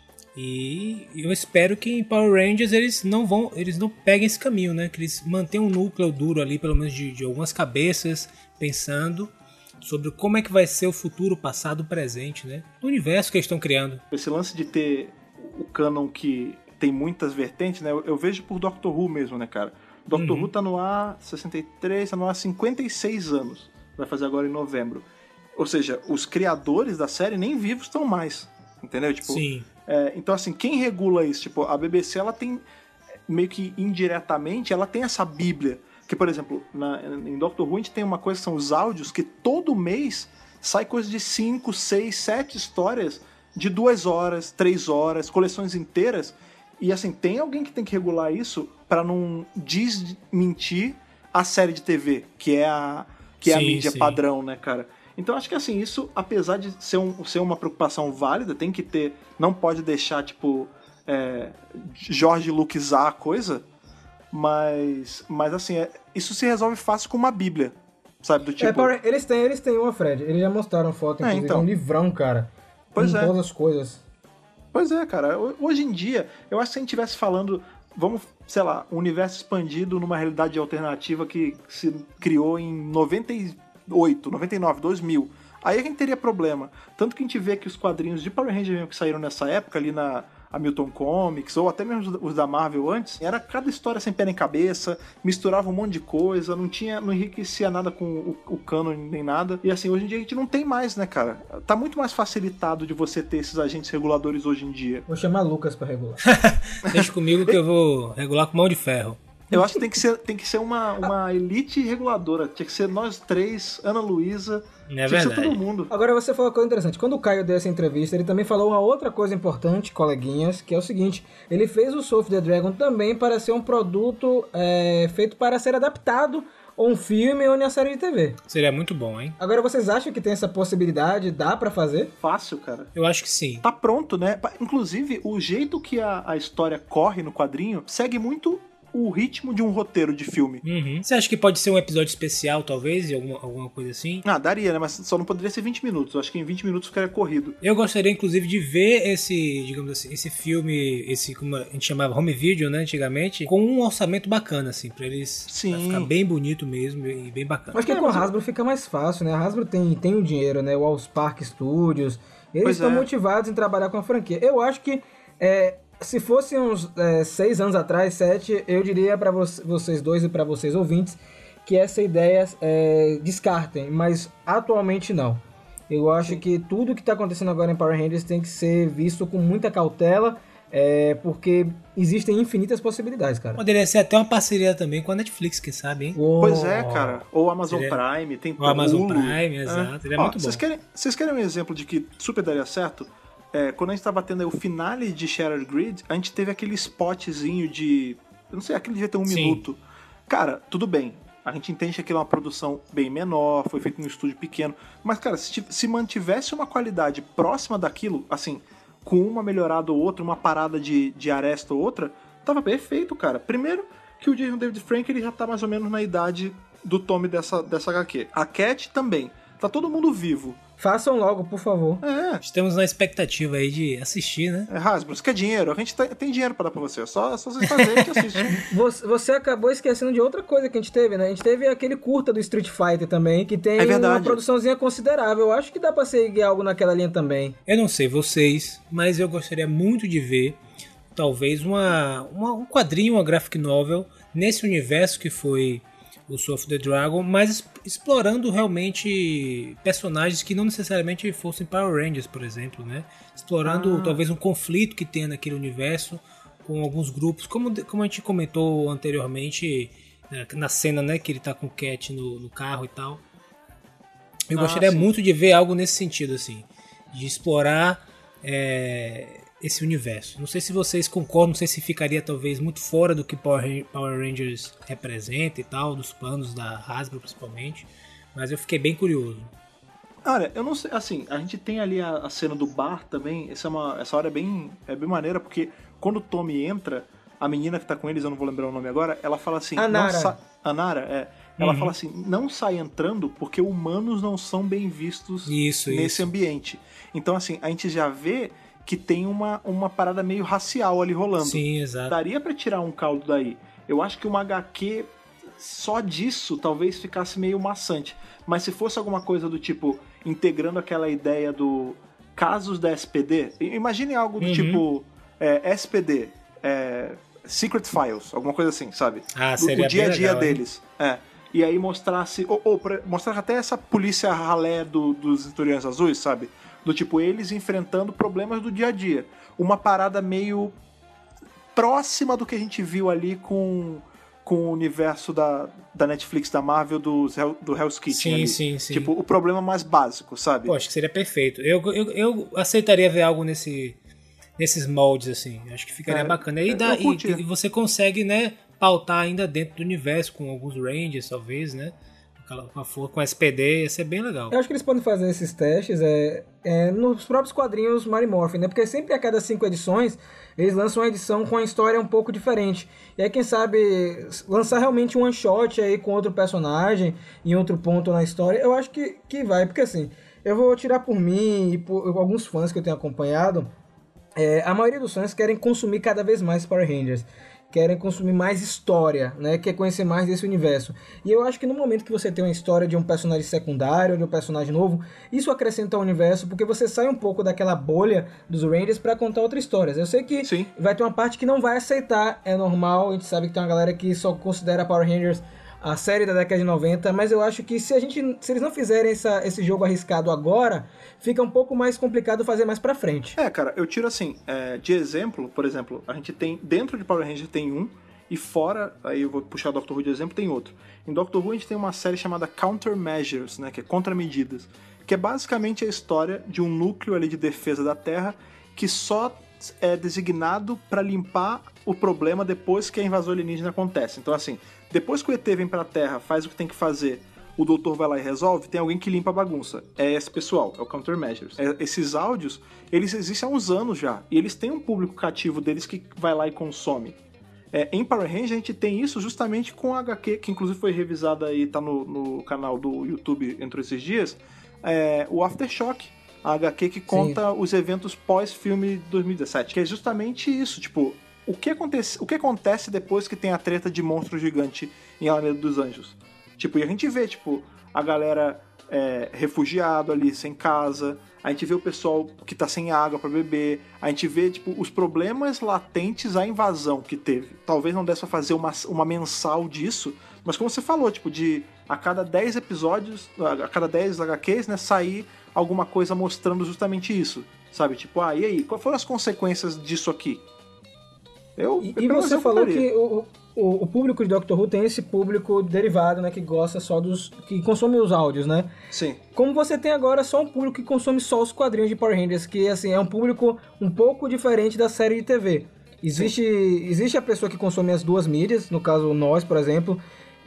E eu espero que em Power Rangers eles não vão, eles não peguem esse caminho, né, que eles mantenham um núcleo duro ali, pelo menos de, de algumas cabeças pensando sobre como é que vai ser o futuro, passado, presente, né? O universo que eles estão criando. Esse lance de ter o canon que tem muitas vertentes, né? Eu, eu vejo por Doctor Who mesmo, né, cara? Doctor uhum. Who tá no ar sessenta e três, tá no ar há cinquenta e seis anos. Vai fazer agora em novembro. Ou seja, os criadores da série nem vivos estão mais. Entendeu? Tipo, Sim. É, então, assim, quem regula isso? Tipo, a B B C, ela tem, meio que indiretamente, ela tem essa bíblia. Que, por exemplo, na, em Doctor Who a gente tem uma coisa que são os áudios, que todo mês sai coisa de cinco, seis, sete histórias de duas horas, três horas, coleções inteiras. E, assim, tem alguém que tem que regular isso para não desmentir a série de T V, que é a, que é sim, a mídia sim. padrão, né, cara? Então, acho que, assim, isso, apesar de ser, um, ser uma preocupação válida, tem que ter... Não pode deixar, tipo, é, George Lucasar a coisa... Mas, mas assim, é, isso se resolve fácil com uma bíblia, sabe? Do tipo... É, eles têm, eles têm uma, Fred. Eles já mostraram foto, inclusive, é, então. um livrão, cara. Pois com é. todas as coisas. Pois é, cara. Hoje em dia, eu acho que se a gente estivesse falando, vamos, sei lá, um universo expandido numa realidade alternativa que se criou em noventa e oito, noventa e nove, dois mil. Aí a gente teria problema. Tanto que a gente vê que os quadrinhos de Power Rangers mesmo que saíram nessa época, ali na... Hamilton Comics, ou até mesmo os da Marvel antes, era cada história sem pé nem cabeça, misturava um monte de coisa, não tinha, não enriquecia nada com o, o canon nem nada. E assim, hoje em dia a gente não tem mais, né, cara? Tá muito mais facilitado de você ter esses agentes reguladores hoje em dia. Vou chamar Lucas pra regular. Deixa comigo que eu vou regular com mão de ferro. Eu acho que tem que ser, tem que ser uma, uma elite reguladora. Tinha que ser nós três, Ana Luísa, é tinha verdade. que ser todo mundo. Agora você falou uma coisa interessante. Quando o Caio deu essa entrevista, ele também falou uma outra coisa importante, coleguinhas, que é o seguinte. Ele fez o Soul of the Dragon também para ser um produto é, feito para ser adaptado ou um filme ou uma série de T V. Seria muito bom, hein? Agora, vocês acham que tem essa possibilidade? Dá pra fazer? Fácil, cara. Eu acho que sim. Tá pronto, né? Inclusive, o jeito que a, a história corre no quadrinho segue muito o ritmo de um roteiro de filme. Uhum. Você acha que pode ser um episódio especial, talvez? Alguma, alguma coisa assim? Ah, daria, né? Mas só não poderia ser vinte minutos. Eu acho que em vinte minutos ficaria corrido. Eu gostaria, inclusive, de ver esse, digamos assim, esse filme, esse, como a gente chamava, home video, né, antigamente, com um orçamento bacana, assim, pra eles Sim. Pra ficar bem bonito mesmo e bem bacana. Acho que é, com a Hasbro fica mais fácil, né? A Hasbro tem, tem o dinheiro, né? O Allspark Studios. Eles Pois estão é. motivados em trabalhar com a franquia. Eu acho que é, se fosse uns é, seis anos atrás, sete, eu diria pra vo- vocês dois e pra vocês ouvintes que essa ideia é, descartem, mas atualmente não. Eu acho Sim. que tudo que está acontecendo agora em Power Rangers tem que ser visto com muita cautela, é, porque existem infinitas possibilidades, cara. Poderia ser até uma parceria também com a Netflix, quem sabe, hein? Uou. Pois é, cara. Ou Amazon Seria- Prime, tem O Amazon Hulu. Prime, exato. Seria Ó, muito bom. Vocês querem, vocês querem um exemplo de que super daria certo? É, quando a gente tava tendo aí o finale de Shattered Grid, a gente teve aquele spotzinho de... Eu não sei, aquele devia ter um Sim. minuto. Cara, tudo bem. A gente entende que aquilo é uma produção bem menor, foi feito num estúdio pequeno. Mas, cara, se, tiv- se mantivesse uma qualidade próxima daquilo, assim, com uma melhorada ou outra, uma parada de, de aresta ou outra, tava perfeito, cara. Primeiro, que o Jason David Frank ele já tá mais ou menos na idade do Tommy dessa, dessa H Q. A Cat também. Tá todo mundo vivo. Façam logo, por favor. É, Estamos na expectativa aí de assistir, né? é Hasbro, você quer dinheiro? A gente tá- tem dinheiro pra dar pra você. É só, é só vocês fazerem que assiste. Você, você acabou esquecendo de outra coisa que a gente teve, né? A gente teve aquele curta do Street Fighter também, que tem É verdade. uma produçãozinha considerável. Eu acho que dá pra seguir algo naquela linha também. Eu não sei vocês, mas eu gostaria muito de ver talvez uma, uma- um quadrinho, uma graphic novel nesse universo que foi o Soul of the Dragon, mas es- explorando realmente personagens que não necessariamente fossem Power Rangers, por exemplo, né? Explorando Ah. talvez um conflito que tenha naquele universo com alguns grupos, como, de- como a gente comentou anteriormente né, na cena, né, que ele tá com o Cat no, no carro e tal. Eu Ah, gostaria sim. muito de ver algo nesse sentido, assim, de explorar é, esse universo. Não sei se vocês concordam, não sei se ficaria talvez muito fora do que Power Ran- Power Rangers representa e tal, dos planos da Hasbro principalmente, mas eu fiquei bem curioso. Olha, eu não sei, assim, a gente tem ali a, a cena do bar também, essa, é uma, essa hora é bem, é bem maneira, porque quando o Tommy entra, a menina que tá com eles, eu não vou lembrar o nome agora, ela fala assim... A Nara. Não sa- a Nara, é. Ela Uhum. fala assim, não sai entrando porque humanos não são bem vistos Isso, nesse isso. ambiente. Então, assim, a gente já vê que tem uma, uma parada meio racial ali rolando. Sim, exato. Daria pra tirar um caldo daí. Eu acho que uma H Q só disso talvez ficasse meio maçante. Mas se fosse alguma coisa do tipo, integrando aquela ideia do casos da S P D, i- imagine algo do Uhum. tipo é, S P D, é, Secret Files, alguma coisa assim, sabe? Ah, Do- seria o dia a bem dia legal, hein? deles. É. E aí mostrasse, ou, ou pra- mostrar até essa polícia ralé do, dos Centuriões Azuis, sabe? Do tipo, eles enfrentando problemas do dia a dia. Uma parada meio próxima do que a gente viu ali com, com o universo da, da Netflix, da Marvel, do, do Hell's Kitchen. Sim, ali. sim, sim. Tipo, o problema mais básico, sabe? Pô, acho que seria perfeito. Eu, eu, eu aceitaria ver algo nesse, nesses moldes, assim. Acho que ficaria É, bacana. E, eu dá, e, curti. e você consegue, né, pautar ainda dentro do universo, com alguns Rangers, talvez, né? Com, a, com S P D, ia ser bem legal. Eu acho que eles podem fazer esses testes é, é, nos próprios quadrinhos Mighty Morphin, né? Porque sempre a cada cinco edições eles lançam uma edição com uma história um pouco diferente. E aí, quem sabe, lançar realmente um one shot aí com outro personagem em outro ponto na história, eu acho que, que vai. Porque assim, eu vou tirar por mim e por alguns fãs que eu tenho acompanhado, é, a maioria dos fãs querem consumir cada vez mais Power Rangers. Querem consumir mais história, né? Quer conhecer mais desse universo. E eu acho que no momento que você tem uma história de um personagem secundário, de um personagem novo, isso acrescenta ao universo, porque você sai um pouco daquela bolha dos Rangers pra contar outras histórias. Eu sei que Sim. vai ter uma parte que não vai aceitar, é normal, a gente sabe que tem uma galera que só considera Power Rangers a série da década de noventa, mas eu acho que se, a gente, se eles não fizerem essa, esse jogo arriscado agora, fica um pouco mais complicado fazer mais pra frente. É, cara, eu tiro assim, é, de exemplo, por exemplo, a gente tem, dentro de Power Rangers tem um, e fora, aí eu vou puxar o Doctor Who de exemplo, tem outro. Em Doctor Who a gente tem uma série chamada Countermeasures, né, que é Contramedidas, que é basicamente a história de um núcleo ali de defesa da Terra que só é designado para limpar o problema depois que a invasão alienígena acontece. Então, assim, depois que o E T vem pra Terra, faz o que tem que fazer, o doutor vai lá e resolve, tem alguém que limpa a bagunça. É esse pessoal, é o Countermeasures. É, esses áudios, eles existem há uns anos já, e eles têm um público cativo deles que vai lá e consome. É, em Power Rangers a gente tem isso justamente com a H Q, que inclusive foi revisada e tá no, no canal do YouTube entre esses dias, é, o Aftershock, a H Q que conta Sim. os eventos pós-filme dois mil e dezessete, que é justamente isso, tipo, o que, acontece, o que acontece depois que tem a treta de monstro gigante em Alameda dos Anjos? Tipo, e a gente vê, tipo, a galera é, refugiado ali, sem casa, a gente vê o pessoal que tá sem água pra beber, a gente vê, tipo, os problemas latentes à invasão que teve. Talvez não desse pra fazer uma, uma mensal disso, mas como você falou, tipo, de a cada dez episódios, a cada dez H Qs, né, sair alguma coisa mostrando justamente isso, sabe? Tipo, ah, e aí, quais foram as consequências disso aqui? Eu, e e você falou que o, o, o público de Doctor Who tem esse público derivado, né, que gosta só dos... que consome os áudios, né? Sim. Como você tem agora só um público que consome só os quadrinhos de Power Rangers, que, assim, é um público um pouco diferente da série de T V. Existe, existe a pessoa que consome as duas mídias, no caso nós, por exemplo,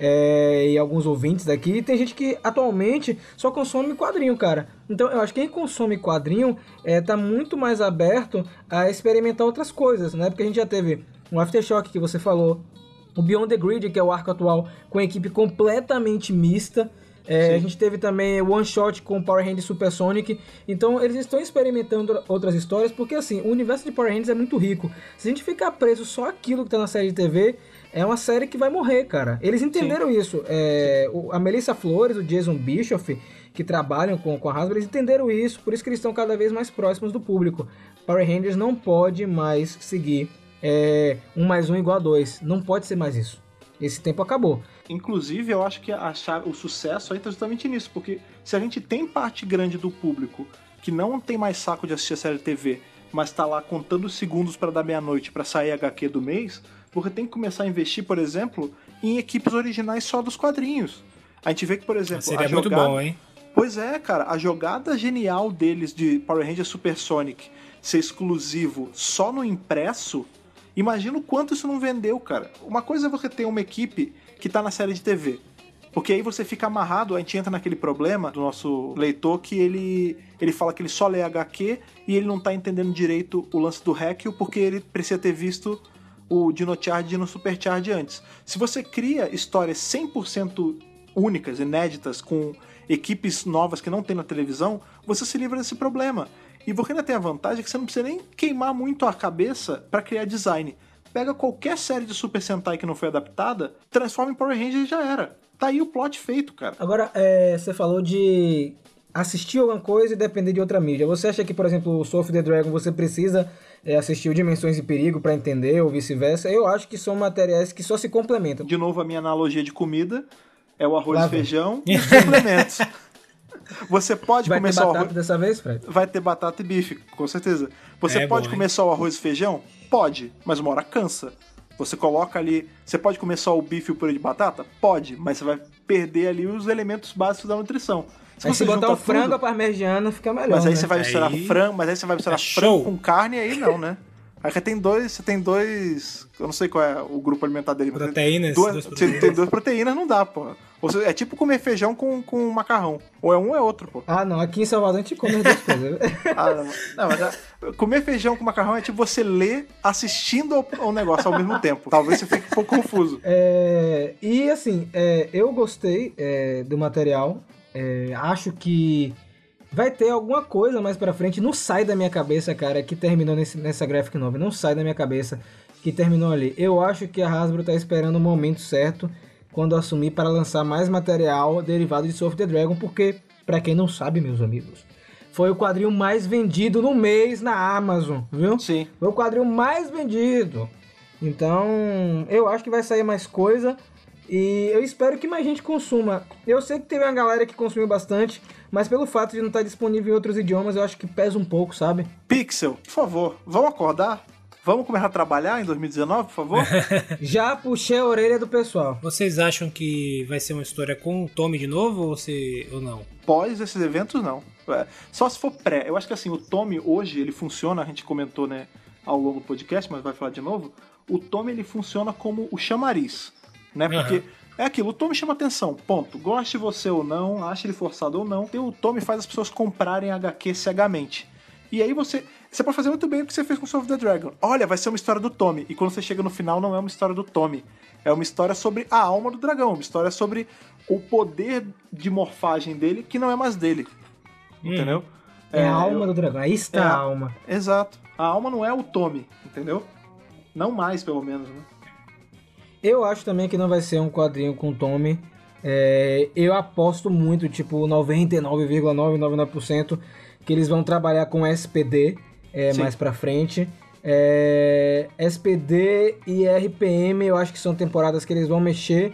é, e alguns ouvintes daqui, e tem gente que atualmente só consome quadrinho, cara. Então eu acho que quem consome quadrinho é, tá muito mais aberto a experimentar outras coisas, né? Porque a gente já teve um Aftershock que você falou, o Beyond the Grid, que é o arco atual, com a equipe completamente mista. É, a gente teve também o One Shot com Power Rangers Super Sonic. Então eles estão experimentando outras histórias, porque assim, o universo de Power Rangers é muito rico. Se a gente ficar preso só aquilo que tá na série de T V, é uma série que vai morrer, cara. Eles entenderam Sim. isso. É, o, a Melissa Flores, o Jason Bischoff, que trabalham com, com a Hasbro, eles entenderam isso, por isso que eles estão cada vez mais próximos do público. Power Rangers não pode mais seguir é, um mais um igual a dois. Não pode ser mais isso. Esse tempo acabou. Inclusive, eu acho que a chave, o sucesso aí tá justamente nisso, porque se a gente tem parte grande do público que não tem mais saco de assistir a série de T V, mas tá lá contando segundos para dar meia-noite para sair a H Q do mês, porque tem que começar a investir, por exemplo, em equipes originais só dos quadrinhos. A gente vê que, por exemplo... Seria a muito jogada... bom, hein? Pois é, cara, a jogada genial deles de Power Rangers Super Sonic ser exclusivo só no impresso, imagina o quanto isso não vendeu, cara. Uma coisa é você ter uma equipe que tá na série de T V, porque aí você fica amarrado, a gente entra naquele problema do nosso leitor que ele, ele fala que ele só lê H Q e ele não tá entendendo direito o lance do Hekio porque ele precisa ter visto o Dino Charge e o Dino Supercharge antes. Se você cria histórias cem por cento únicas, inéditas, com equipes novas que não tem na televisão, você se livra desse problema. E você ainda tem a vantagem que você não precisa nem queimar muito a cabeça para criar design. Pega qualquer série de Super Sentai que não foi adaptada, transforma em Power Rangers e já era. Tá aí o plot feito, cara. Agora, é, você falou de assistir alguma coisa e depender de outra mídia. Você acha que, por exemplo, o Soul of the Dragon você precisa é, assistir o Dimensões de Perigo para entender ou vice-versa? Eu acho que são materiais que só se complementam. De novo, a minha analogia de comida é o arroz Lá e feijão e os complementos. Você pode Vai comer ter só o batata arroz... dessa vez, Fred? Vai ter batata e bife, com certeza. Você É pode bom, comer hein? só o arroz e feijão? Pode, mas uma hora cansa. Você coloca ali... Você pode comer só o bife e o purê de batata? Pode, mas você vai perder ali os elementos básicos da nutrição. Se, aí se botar junta um frango tudo, à parmegiana, fica melhor, Mas aí né? você vai misturar Aí- frango, mas aí você vai misturar É frango show. com carne, aí não, né? Aí você tem dois, você tem dois, eu não sei qual é o grupo alimentar dele, mas Proteínas, duas, duas você proteínas. tem duas proteínas, não dá, pô. Ou seja, é tipo comer feijão com, com macarrão. Ou é um ou é outro, pô. Ah, não. Aqui em Salvador a gente come as duas coisas. Ah, não, não, mas é- comer feijão com macarrão é tipo você ler assistindo ao, ao negócio ao mesmo tempo. Talvez você fique um pouco confuso. É, e assim, é, eu gostei é, do material. É, acho que vai ter alguma coisa mais pra frente. Não sai da minha cabeça, cara, que terminou nesse, nessa graphic novel. Não sai da minha cabeça que terminou ali. Eu acho que a Hasbro tá esperando o momento certo quando assumir para lançar mais material derivado de Soul of the Dragon, porque, pra quem não sabe, meus amigos, foi o quadrinho mais vendido no mês na Amazon, viu? Sim. Foi o quadrinho mais vendido. Então, eu acho que vai sair mais coisa e eu espero que mais gente consuma. Eu sei que teve uma galera que consumiu bastante, mas pelo fato de não estar disponível em outros idiomas, eu acho que pesa um pouco, sabe? Pixel, por favor, vamos acordar? Vamos começar a trabalhar em dois mil e dezenove, por favor? Já puxei a orelha do pessoal. Vocês acham que vai ser uma história com o Tommy de novo ou, se, ou não? Pós esses eventos, não. É, só se for pré. Eu acho que assim, o Tommy hoje, ele funciona, a gente comentou, né, ao longo do podcast, mas vai falar de novo. O Tommy, ele funciona como o chamariz, né? Porque Uhum. é aquilo, o Tommy chama atenção, ponto. Goste você ou não, ache ele forçado ou não, o Tommy faz as pessoas comprarem H Q cegamente. E aí você... Você pode fazer muito bem o que você fez com Soul of the Dragon. Olha, vai ser uma história do Tommy. E quando você chega no final, não é uma história do Tommy. É uma história sobre a alma do dragão. Uma história sobre o poder de morfagem dele, que não é mais dele. Uhum. Entendeu? É, a alma eu- do dragão. Aí está É. a alma. Exato. A alma não é o Tommy, entendeu? Não mais, pelo menos, né? Eu acho também que não vai ser um quadrinho com Tommy. É, eu aposto muito, tipo, noventa e nove vírgula novecentos e noventa e nove por cento que eles vão trabalhar com S P D é, Sim. mais pra frente. É, S P D e R P M eu acho que são temporadas que eles vão mexer.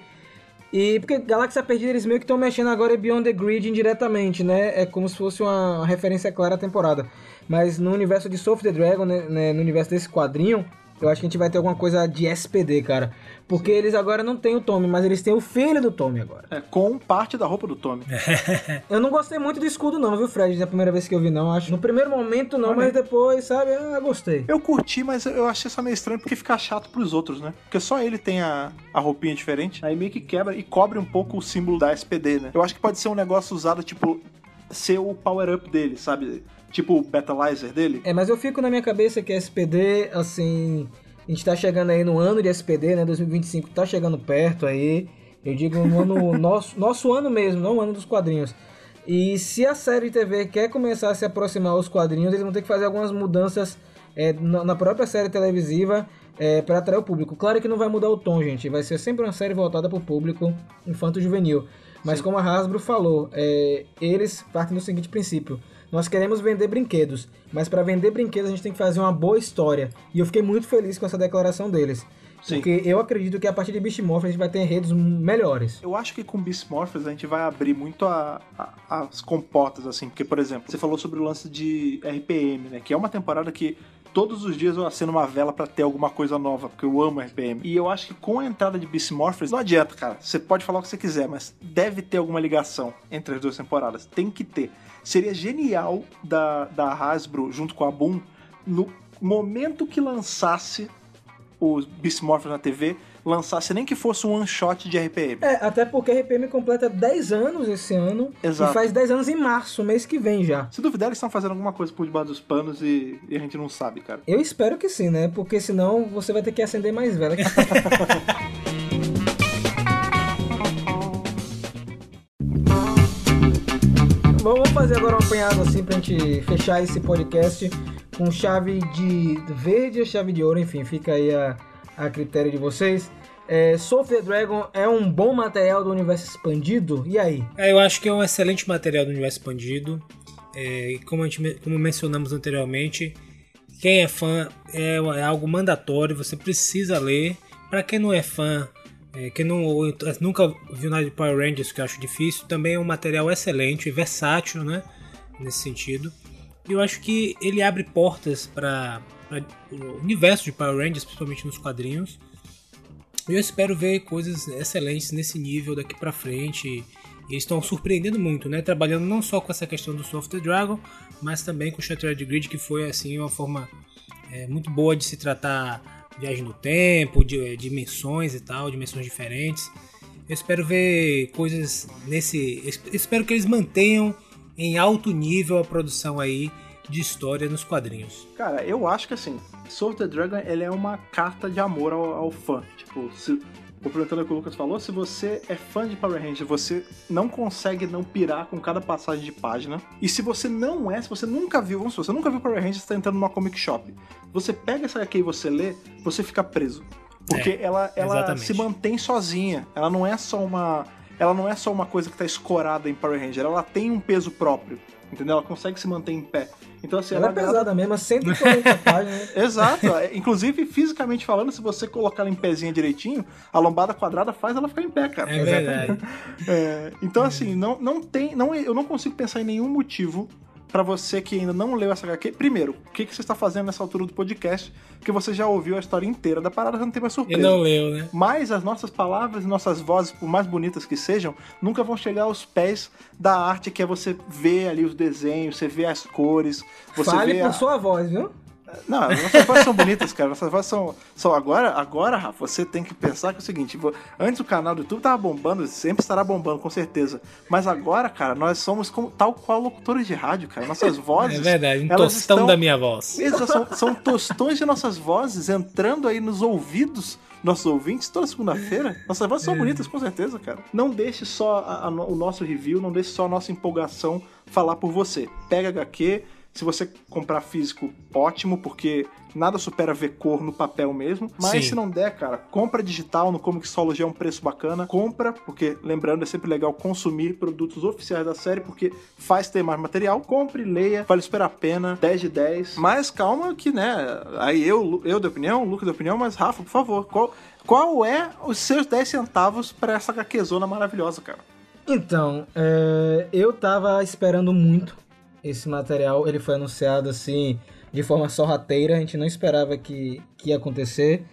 E porque Galáxia Perdida eles meio que estão mexendo agora em Beyond the Grid indiretamente, né? É como se fosse uma referência clara à temporada. Mas no universo de Soul of the Dragon, né, né, no universo desse quadrinho, eu acho que a gente vai ter alguma coisa de S P D, cara. Porque eles agora não têm o Tommy, mas eles têm o filho do Tommy agora. É, com parte da roupa do Tommy. Eu não gostei muito do escudo não, viu, Fred? É a primeira vez que eu vi, não. Acho. No primeiro momento não, Olha mas aí. depois, sabe? Ah, gostei. Eu curti, mas eu achei só meio estranho porque fica chato pros outros, né? Porque só ele tem a, a roupinha diferente. Aí meio que quebra e cobre um pouco o símbolo da S P D, né? Eu acho que pode ser um negócio usado, tipo, ser o power-up dele, sabe? Tipo o Battleizer dele. É, mas eu fico na minha cabeça que S P D, assim... A gente tá chegando aí no ano de S P D, né? dois mil e vinte e cinco tá chegando perto aí. Eu digo no ano... nosso, nosso ano mesmo, não o ano dos quadrinhos. E se a série de T V quer começar a se aproximar aos quadrinhos, eles vão ter que fazer algumas mudanças é, na, na própria série televisiva é, para atrair o público. Claro que não vai mudar o tom, gente. Vai ser sempre uma série voltada pro público infanto-juvenil. Mas Sim. como a Hasbro falou, é, eles partem do seguinte princípio. Nós queremos vender brinquedos, mas para vender brinquedos a gente tem que fazer uma boa história. E eu fiquei muito feliz com essa declaração deles. Sim. Porque eu acredito que a partir de Beast Morphers a gente vai ter enredos melhores. Eu acho que com Beast Morphers a gente vai abrir muito a, a- as comportas, assim. Porque, por exemplo, você falou sobre o lance de R P M, né? Que é uma temporada que todos os dias eu acendo uma vela pra ter alguma coisa nova, porque eu amo R P M. E eu acho que com a entrada de Beast Morphers, não adianta, cara. Você pode falar o que você quiser, mas deve ter alguma ligação entre as duas temporadas. Tem que ter. Seria genial da, da Hasbro, junto com a Boom, no momento que lançasse os Beast Morphers na T V, lançasse nem que fosse um one shot de R P M. É, até porque a R P M completa dez anos esse ano. Exato. E faz dez anos em março, mês que vem já. Se duvidar, eles estão fazendo alguma coisa por debaixo dos panos e, e a gente não sabe, cara. Eu espero que sim, né? Porque senão você vai ter que acender mais vela. Vamos fazer agora um apanhado assim pra gente fechar esse podcast com chave de verde e chave de ouro, enfim, fica aí a, a critério de vocês. É, Soul of the Dragon é um bom material do universo expandido? E aí? É, eu acho que é um excelente material do universo expandido. É, como, a gente, como mencionamos anteriormente, quem é fã é, é algo mandatório, você precisa ler. Para quem não é fã, É, quem não, nunca viu nada de Power Rangers, que eu acho difícil, também é um material excelente e versátil, né? Nesse sentido. E eu acho que ele abre portas para o universo de Power Rangers, principalmente nos quadrinhos. E eu espero ver coisas excelentes nesse nível daqui pra frente. E eles estão surpreendendo muito, né? Trabalhando não só com essa questão do Soul of the Dragon, mas também com o Shattered Grid, que foi assim uma forma é, muito boa de se tratar viagem no tempo, de dimensões e tal, dimensões diferentes. Eu espero ver coisas nesse... Eu espero que eles mantenham em alto nível a produção aí de história nos quadrinhos. Cara, eu acho que assim, Soul of the Dragon, ele é uma carta de amor ao, ao fã. Tipo, se, complementando o que o Lucas falou, se você é fã de Power Rangers, você não consegue não pirar com cada passagem de página. E se você não é, se você nunca viu, vamos supor, você nunca viu Power Rangers, você tá entrando numa comic shop. Você pega essa aqui e você lê, você fica preso. Porque é, ela, ela se mantém sozinha. Ela não é só uma... Ela não é só uma coisa que tá escorada em Power Ranger, ela tem um peso próprio, entendeu? Ela consegue se manter em pé. Então, assim, ela, ela é pesada ela... mesmo, cento e quarenta páginas. Né? Exato. Inclusive, fisicamente falando, se você colocar ela em pezinha direitinho, a lombada quadrada faz ela ficar em pé, cara. É verdade. É, então, assim, não, não tem... Não, eu não consigo pensar em nenhum motivo pra você que ainda não leu essa agá quê. Primeiro, o que, que você está fazendo nessa altura do podcast? Porque você já ouviu a história inteira da parada, você não tem mais surpresa. E não leu, né? Mas as nossas palavras e nossas vozes, por mais bonitas que sejam, nunca vão chegar aos pés da arte, que é você ver ali os desenhos, você vê as cores. Você Fale vê por a... sua voz, viu? Não, nossas vozes são bonitas, cara. Nossas vozes são, são... Agora, agora, Rafa, você tem que pensar que é o seguinte: antes o canal do YouTube tava bombando, sempre estará bombando, com certeza. Mas agora, cara, nós somos como, tal qual locutores de rádio, cara. Nossas vozes... É verdade, um elas tostão estão... da minha voz. Exato, são, são tostões de nossas vozes entrando aí nos ouvidos nossos ouvintes toda segunda-feira. Nossas vozes são bonitas, com certeza, cara. Não deixe só a, a, o nosso review, não deixe só a nossa empolgação falar por você. Pega agá quê. Se você comprar físico, ótimo, porque nada supera ver cor no papel mesmo. Mas Sim. se não der, cara, compra digital no Comixology, é um preço bacana. Compra, porque, lembrando, é sempre legal consumir produtos oficiais da série, porque faz ter mais material. Compre, leia, vale super a pena, dez de dez. Mas calma que, né, aí eu, eu de opinião, o Lucas de opinião, mas Rafa, por favor, qual, qual é os seus dez centavos pra essa HQzona maravilhosa, cara? Então, é, eu tava esperando muito esse material. Ele foi anunciado assim de forma sorrateira, a gente não esperava que, que ia acontecer,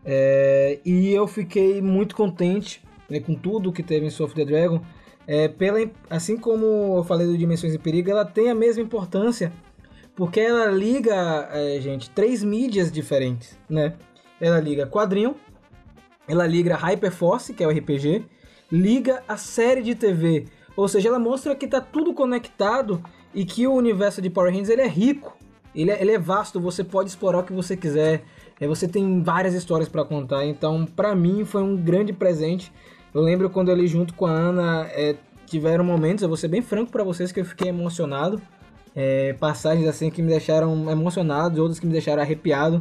é, e eu fiquei muito contente, né, com tudo que teve em Soul of the Dragon. É, pela, assim como eu falei do Dimensões em Perigo, ela tem a mesma importância, porque ela liga, é, gente, três mídias diferentes, né? Ela liga quadrinho, ela liga Hyperforce, que é o R P G, liga a série de T V, ou seja, ela mostra que tá tudo conectado e que o universo de Power Rangers ele é rico, ele é, ele é vasto, você pode explorar o que você quiser, é, você tem várias histórias para contar. Então, para mim, foi um grande presente. Eu lembro quando eu li junto com a Ana, é, tiveram momentos, eu vou ser bem franco para vocês, que eu fiquei emocionado, é, passagens assim que me deixaram emocionado, outras que me deixaram arrepiado,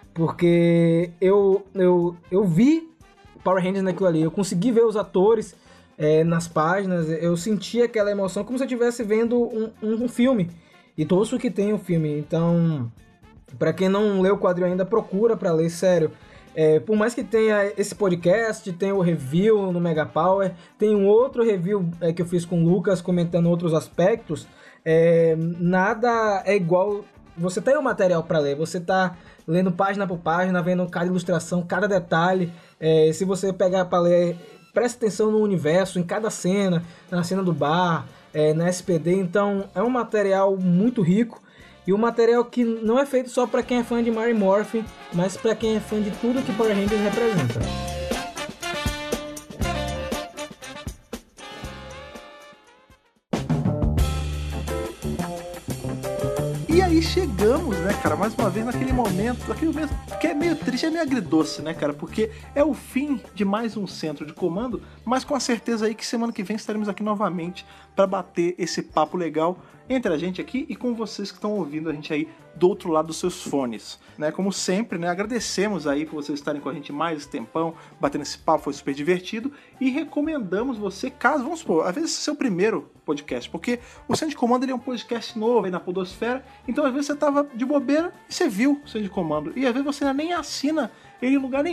porque eu, eu, eu vi Power Rangers naquilo ali, eu consegui ver os atores É, nas páginas, eu senti aquela emoção como se eu estivesse vendo um, um, um filme, e torço que tem um filme. Então, pra quem não leu o quadrinho ainda, procura pra ler, sério. É, por mais que tenha esse podcast, tem o review no Mega Power, tem um outro review é, que eu fiz com o Lucas comentando outros aspectos, é, nada é igual. Você tem o material pra ler, você tá lendo página por página, vendo cada ilustração, cada detalhe. É, se você pegar pra ler, presta atenção no universo, em cada cena, na cena do bar, é, na S P D. Então é um material muito rico, e um material que não é feito só para quem é fã de Mary Morphin, mas para quem é fã de tudo que Power Rangers representa. E aí chegamos, né, cara, mais uma vez naquele momento, naquele momento que é meio triste, é meio agridoce, né, cara, porque é o fim de mais um centro de comando, mas com a certeza aí que semana que vem estaremos aqui novamente para bater esse papo legal entre a gente aqui e com vocês que estão ouvindo a gente aí do outro lado dos seus fones, né? Como sempre, né? Agradecemos aí por vocês estarem com a gente mais esse tempão, batendo esse papo, foi super divertido, e recomendamos você, caso, vamos supor, às vezes esse é o seu primeiro podcast, porque o Centro de Comando ele é um podcast novo aí na podosfera, então às vezes você tava de bobeira e você viu o Centro de Comando, e às vezes você nem assina ele em lugar nenhum.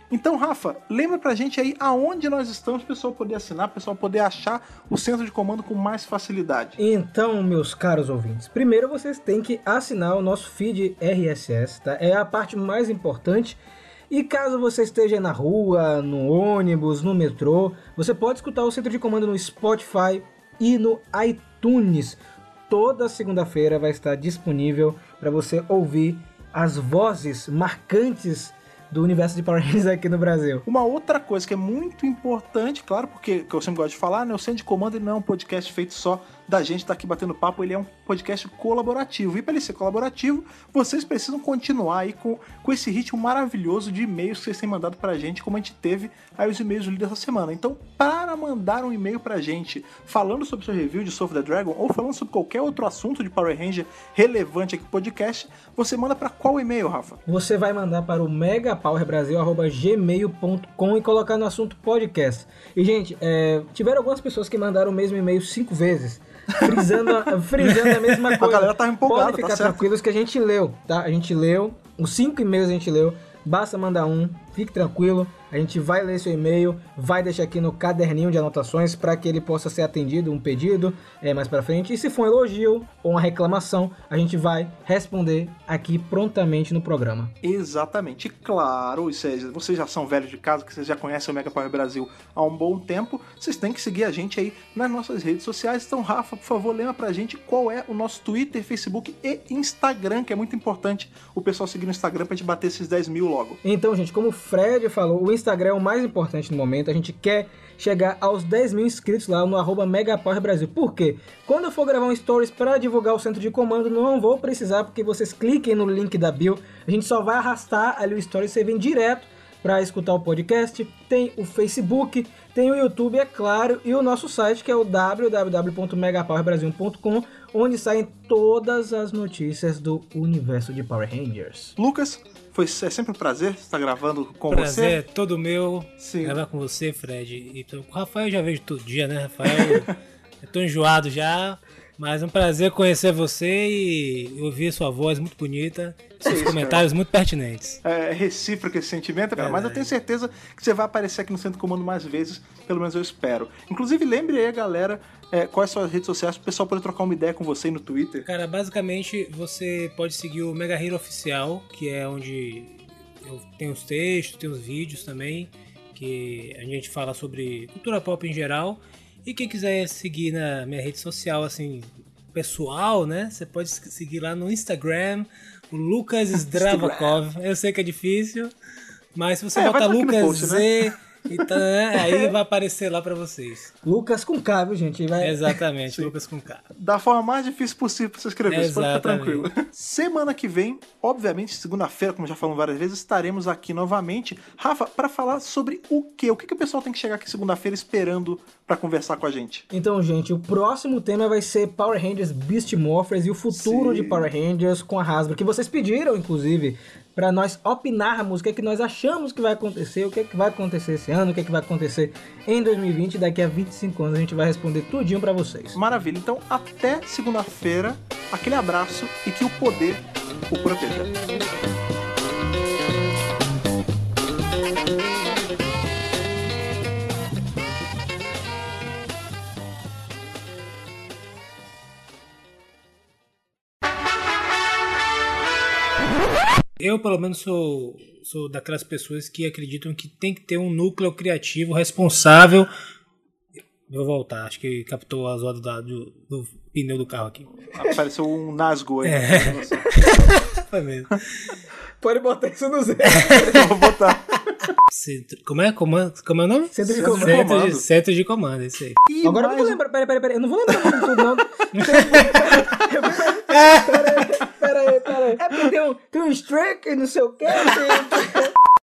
Então, Rafa, lembra pra gente aí aonde nós estamos, o pessoal poder assinar, o pessoal poder achar o centro de comando com mais facilidade. Então, meus caros ouvintes, primeiro vocês têm que assinar o nosso feed R S S, tá? É a parte mais importante. E caso você esteja na rua, no ônibus, no metrô, você pode escutar o centro de comando no Spotify e no iTunes. Toda segunda-feira vai estar disponível para você ouvir as vozes marcantes do universo de Power Rangers aqui no Brasil. Uma outra coisa que é muito importante, claro, porque que eu sempre gosto de falar, né? O Centro de Comando ele não é um podcast feito só da gente estar tá aqui batendo papo, ele é um podcast colaborativo. E para ele ser colaborativo, vocês precisam continuar aí com, com esse ritmo maravilhoso de e-mails que vocês têm mandado pra gente, como a gente teve aí os e-mails do líder essa semana. Então, para mandar um e-mail pra gente falando sobre seu review de Soul of the Dragon ou falando sobre qualquer outro assunto de Power Ranger relevante aqui no podcast, você manda para qual e-mail, Rafa? Você vai mandar para o megapower brasil arroba gmail ponto com e colocar no assunto podcast. E, gente, é, tiveram algumas pessoas que mandaram o mesmo e-mail cinco vezes. Frisando, frisando a mesma coisa. A galera tá empolgada, Podem ficar tá certo? tranquilos que a gente leu, tá? A gente leu, os cinco e-mails a gente leu, basta mandar um, fique tranquilo, a gente vai ler seu e-mail, vai deixar aqui no caderninho de anotações para que ele possa ser atendido, um pedido é, mais pra frente. E se for um elogio ou uma reclamação, a gente vai responder aqui prontamente no programa. Exatamente. E claro, seja, vocês já são velhos de casa, que vocês já conhecem o Mega Power Brasil há um bom tempo, vocês têm que seguir a gente aí nas nossas redes sociais. Então, Rafa, por favor, lembra pra gente qual é o nosso Twitter, Facebook e Instagram, que é muito importante o pessoal seguir no Instagram pra gente bater esses dez mil logo. Então, gente, como o Fred falou, o Instagram é o mais importante no momento. A gente quer chegar aos dez mil inscritos lá no arroba Megapower Brasil. Por quê? Quando eu for gravar um stories para divulgar o centro de comando, não vou precisar, porque vocês cliquem no link da bio. A gente só vai arrastar ali o stories, você vem direto para escutar o podcast. Tem o Facebook, tem o YouTube, é claro, e o nosso site, que é o w w w ponto megapower brasil ponto com, onde saem todas as notícias do universo de Power Rangers. Lucas, foi é sempre um prazer estar gravando com prazer você. Prazer é todo meu. Sim. Gravar com você, Fred. E tô, com o Rafael eu já vejo todo dia, né, Rafael? Eu tô enjoado já, mas é um prazer conhecer você e ouvir sua voz muito bonita, seus isso, comentários cara. muito pertinentes. É recíproco esse sentimento, cara, É, mas eu tenho certeza que você vai aparecer aqui no Centro de Comando mais vezes, pelo menos eu espero. Inclusive, lembre aí, galera, é, quais são as redes sociais para o pessoal poder trocar uma ideia com você no Twitter. Cara, basicamente, você pode seguir o Mega Hero Oficial, que é onde eu tenho os textos, tenho os vídeos também, que a gente fala sobre cultura pop em geral. E quem quiser seguir na minha rede social, assim, pessoal, né? Você pode seguir lá no Instagram, o Lucas Zdravakov. Eu sei que é difícil, mas se você é, botar Lucas post, Z, né? então, né, aí vai aparecer lá pra vocês. Lucas com K, viu, gente? Vai... Exatamente, Lucas com K. Da forma mais difícil possível pra você escrever, você pode ficar Exatamente. tranquilo. Semana que vem, obviamente, segunda-feira, como já falamos várias vezes, estaremos aqui novamente. Rafa, pra falar sobre o quê? O que, que o pessoal tem que chegar aqui segunda-feira esperando pra conversar com a gente? Então, gente, o próximo tema vai ser Power Rangers Beast Morphers e o futuro Sim. de Power Rangers com a Hasbro, que vocês pediram, inclusive, para nós opinarmos o que é que nós achamos que vai acontecer, o que é que vai acontecer esse ano, o que é que vai acontecer em dois mil e vinte, daqui a vinte e cinco anos a gente vai responder tudinho para vocês. Maravilha, então até segunda-feira, aquele abraço e que o poder o proteja. Eu, pelo menos, sou, sou daquelas pessoas que acreditam que tem que ter um núcleo criativo responsável. Vou voltar, acho que captou as horas do, do, do pneu do carro aqui. Apareceu um nasgo aí. É. Foi mesmo. Pode botar isso no zero. Eu vou botar. Centro, como, é? Como, é, como é o nome? Centro de Centro de comando. Centro comando. de, centro de comando, isso aí. E Agora eu não mais vou um- lembrar, peraí, peraí, peraí, eu não vou lembrar tudo, não. Peraí, peraí, peraí. É porque tem um, tem um strike e não sei o que. Tem...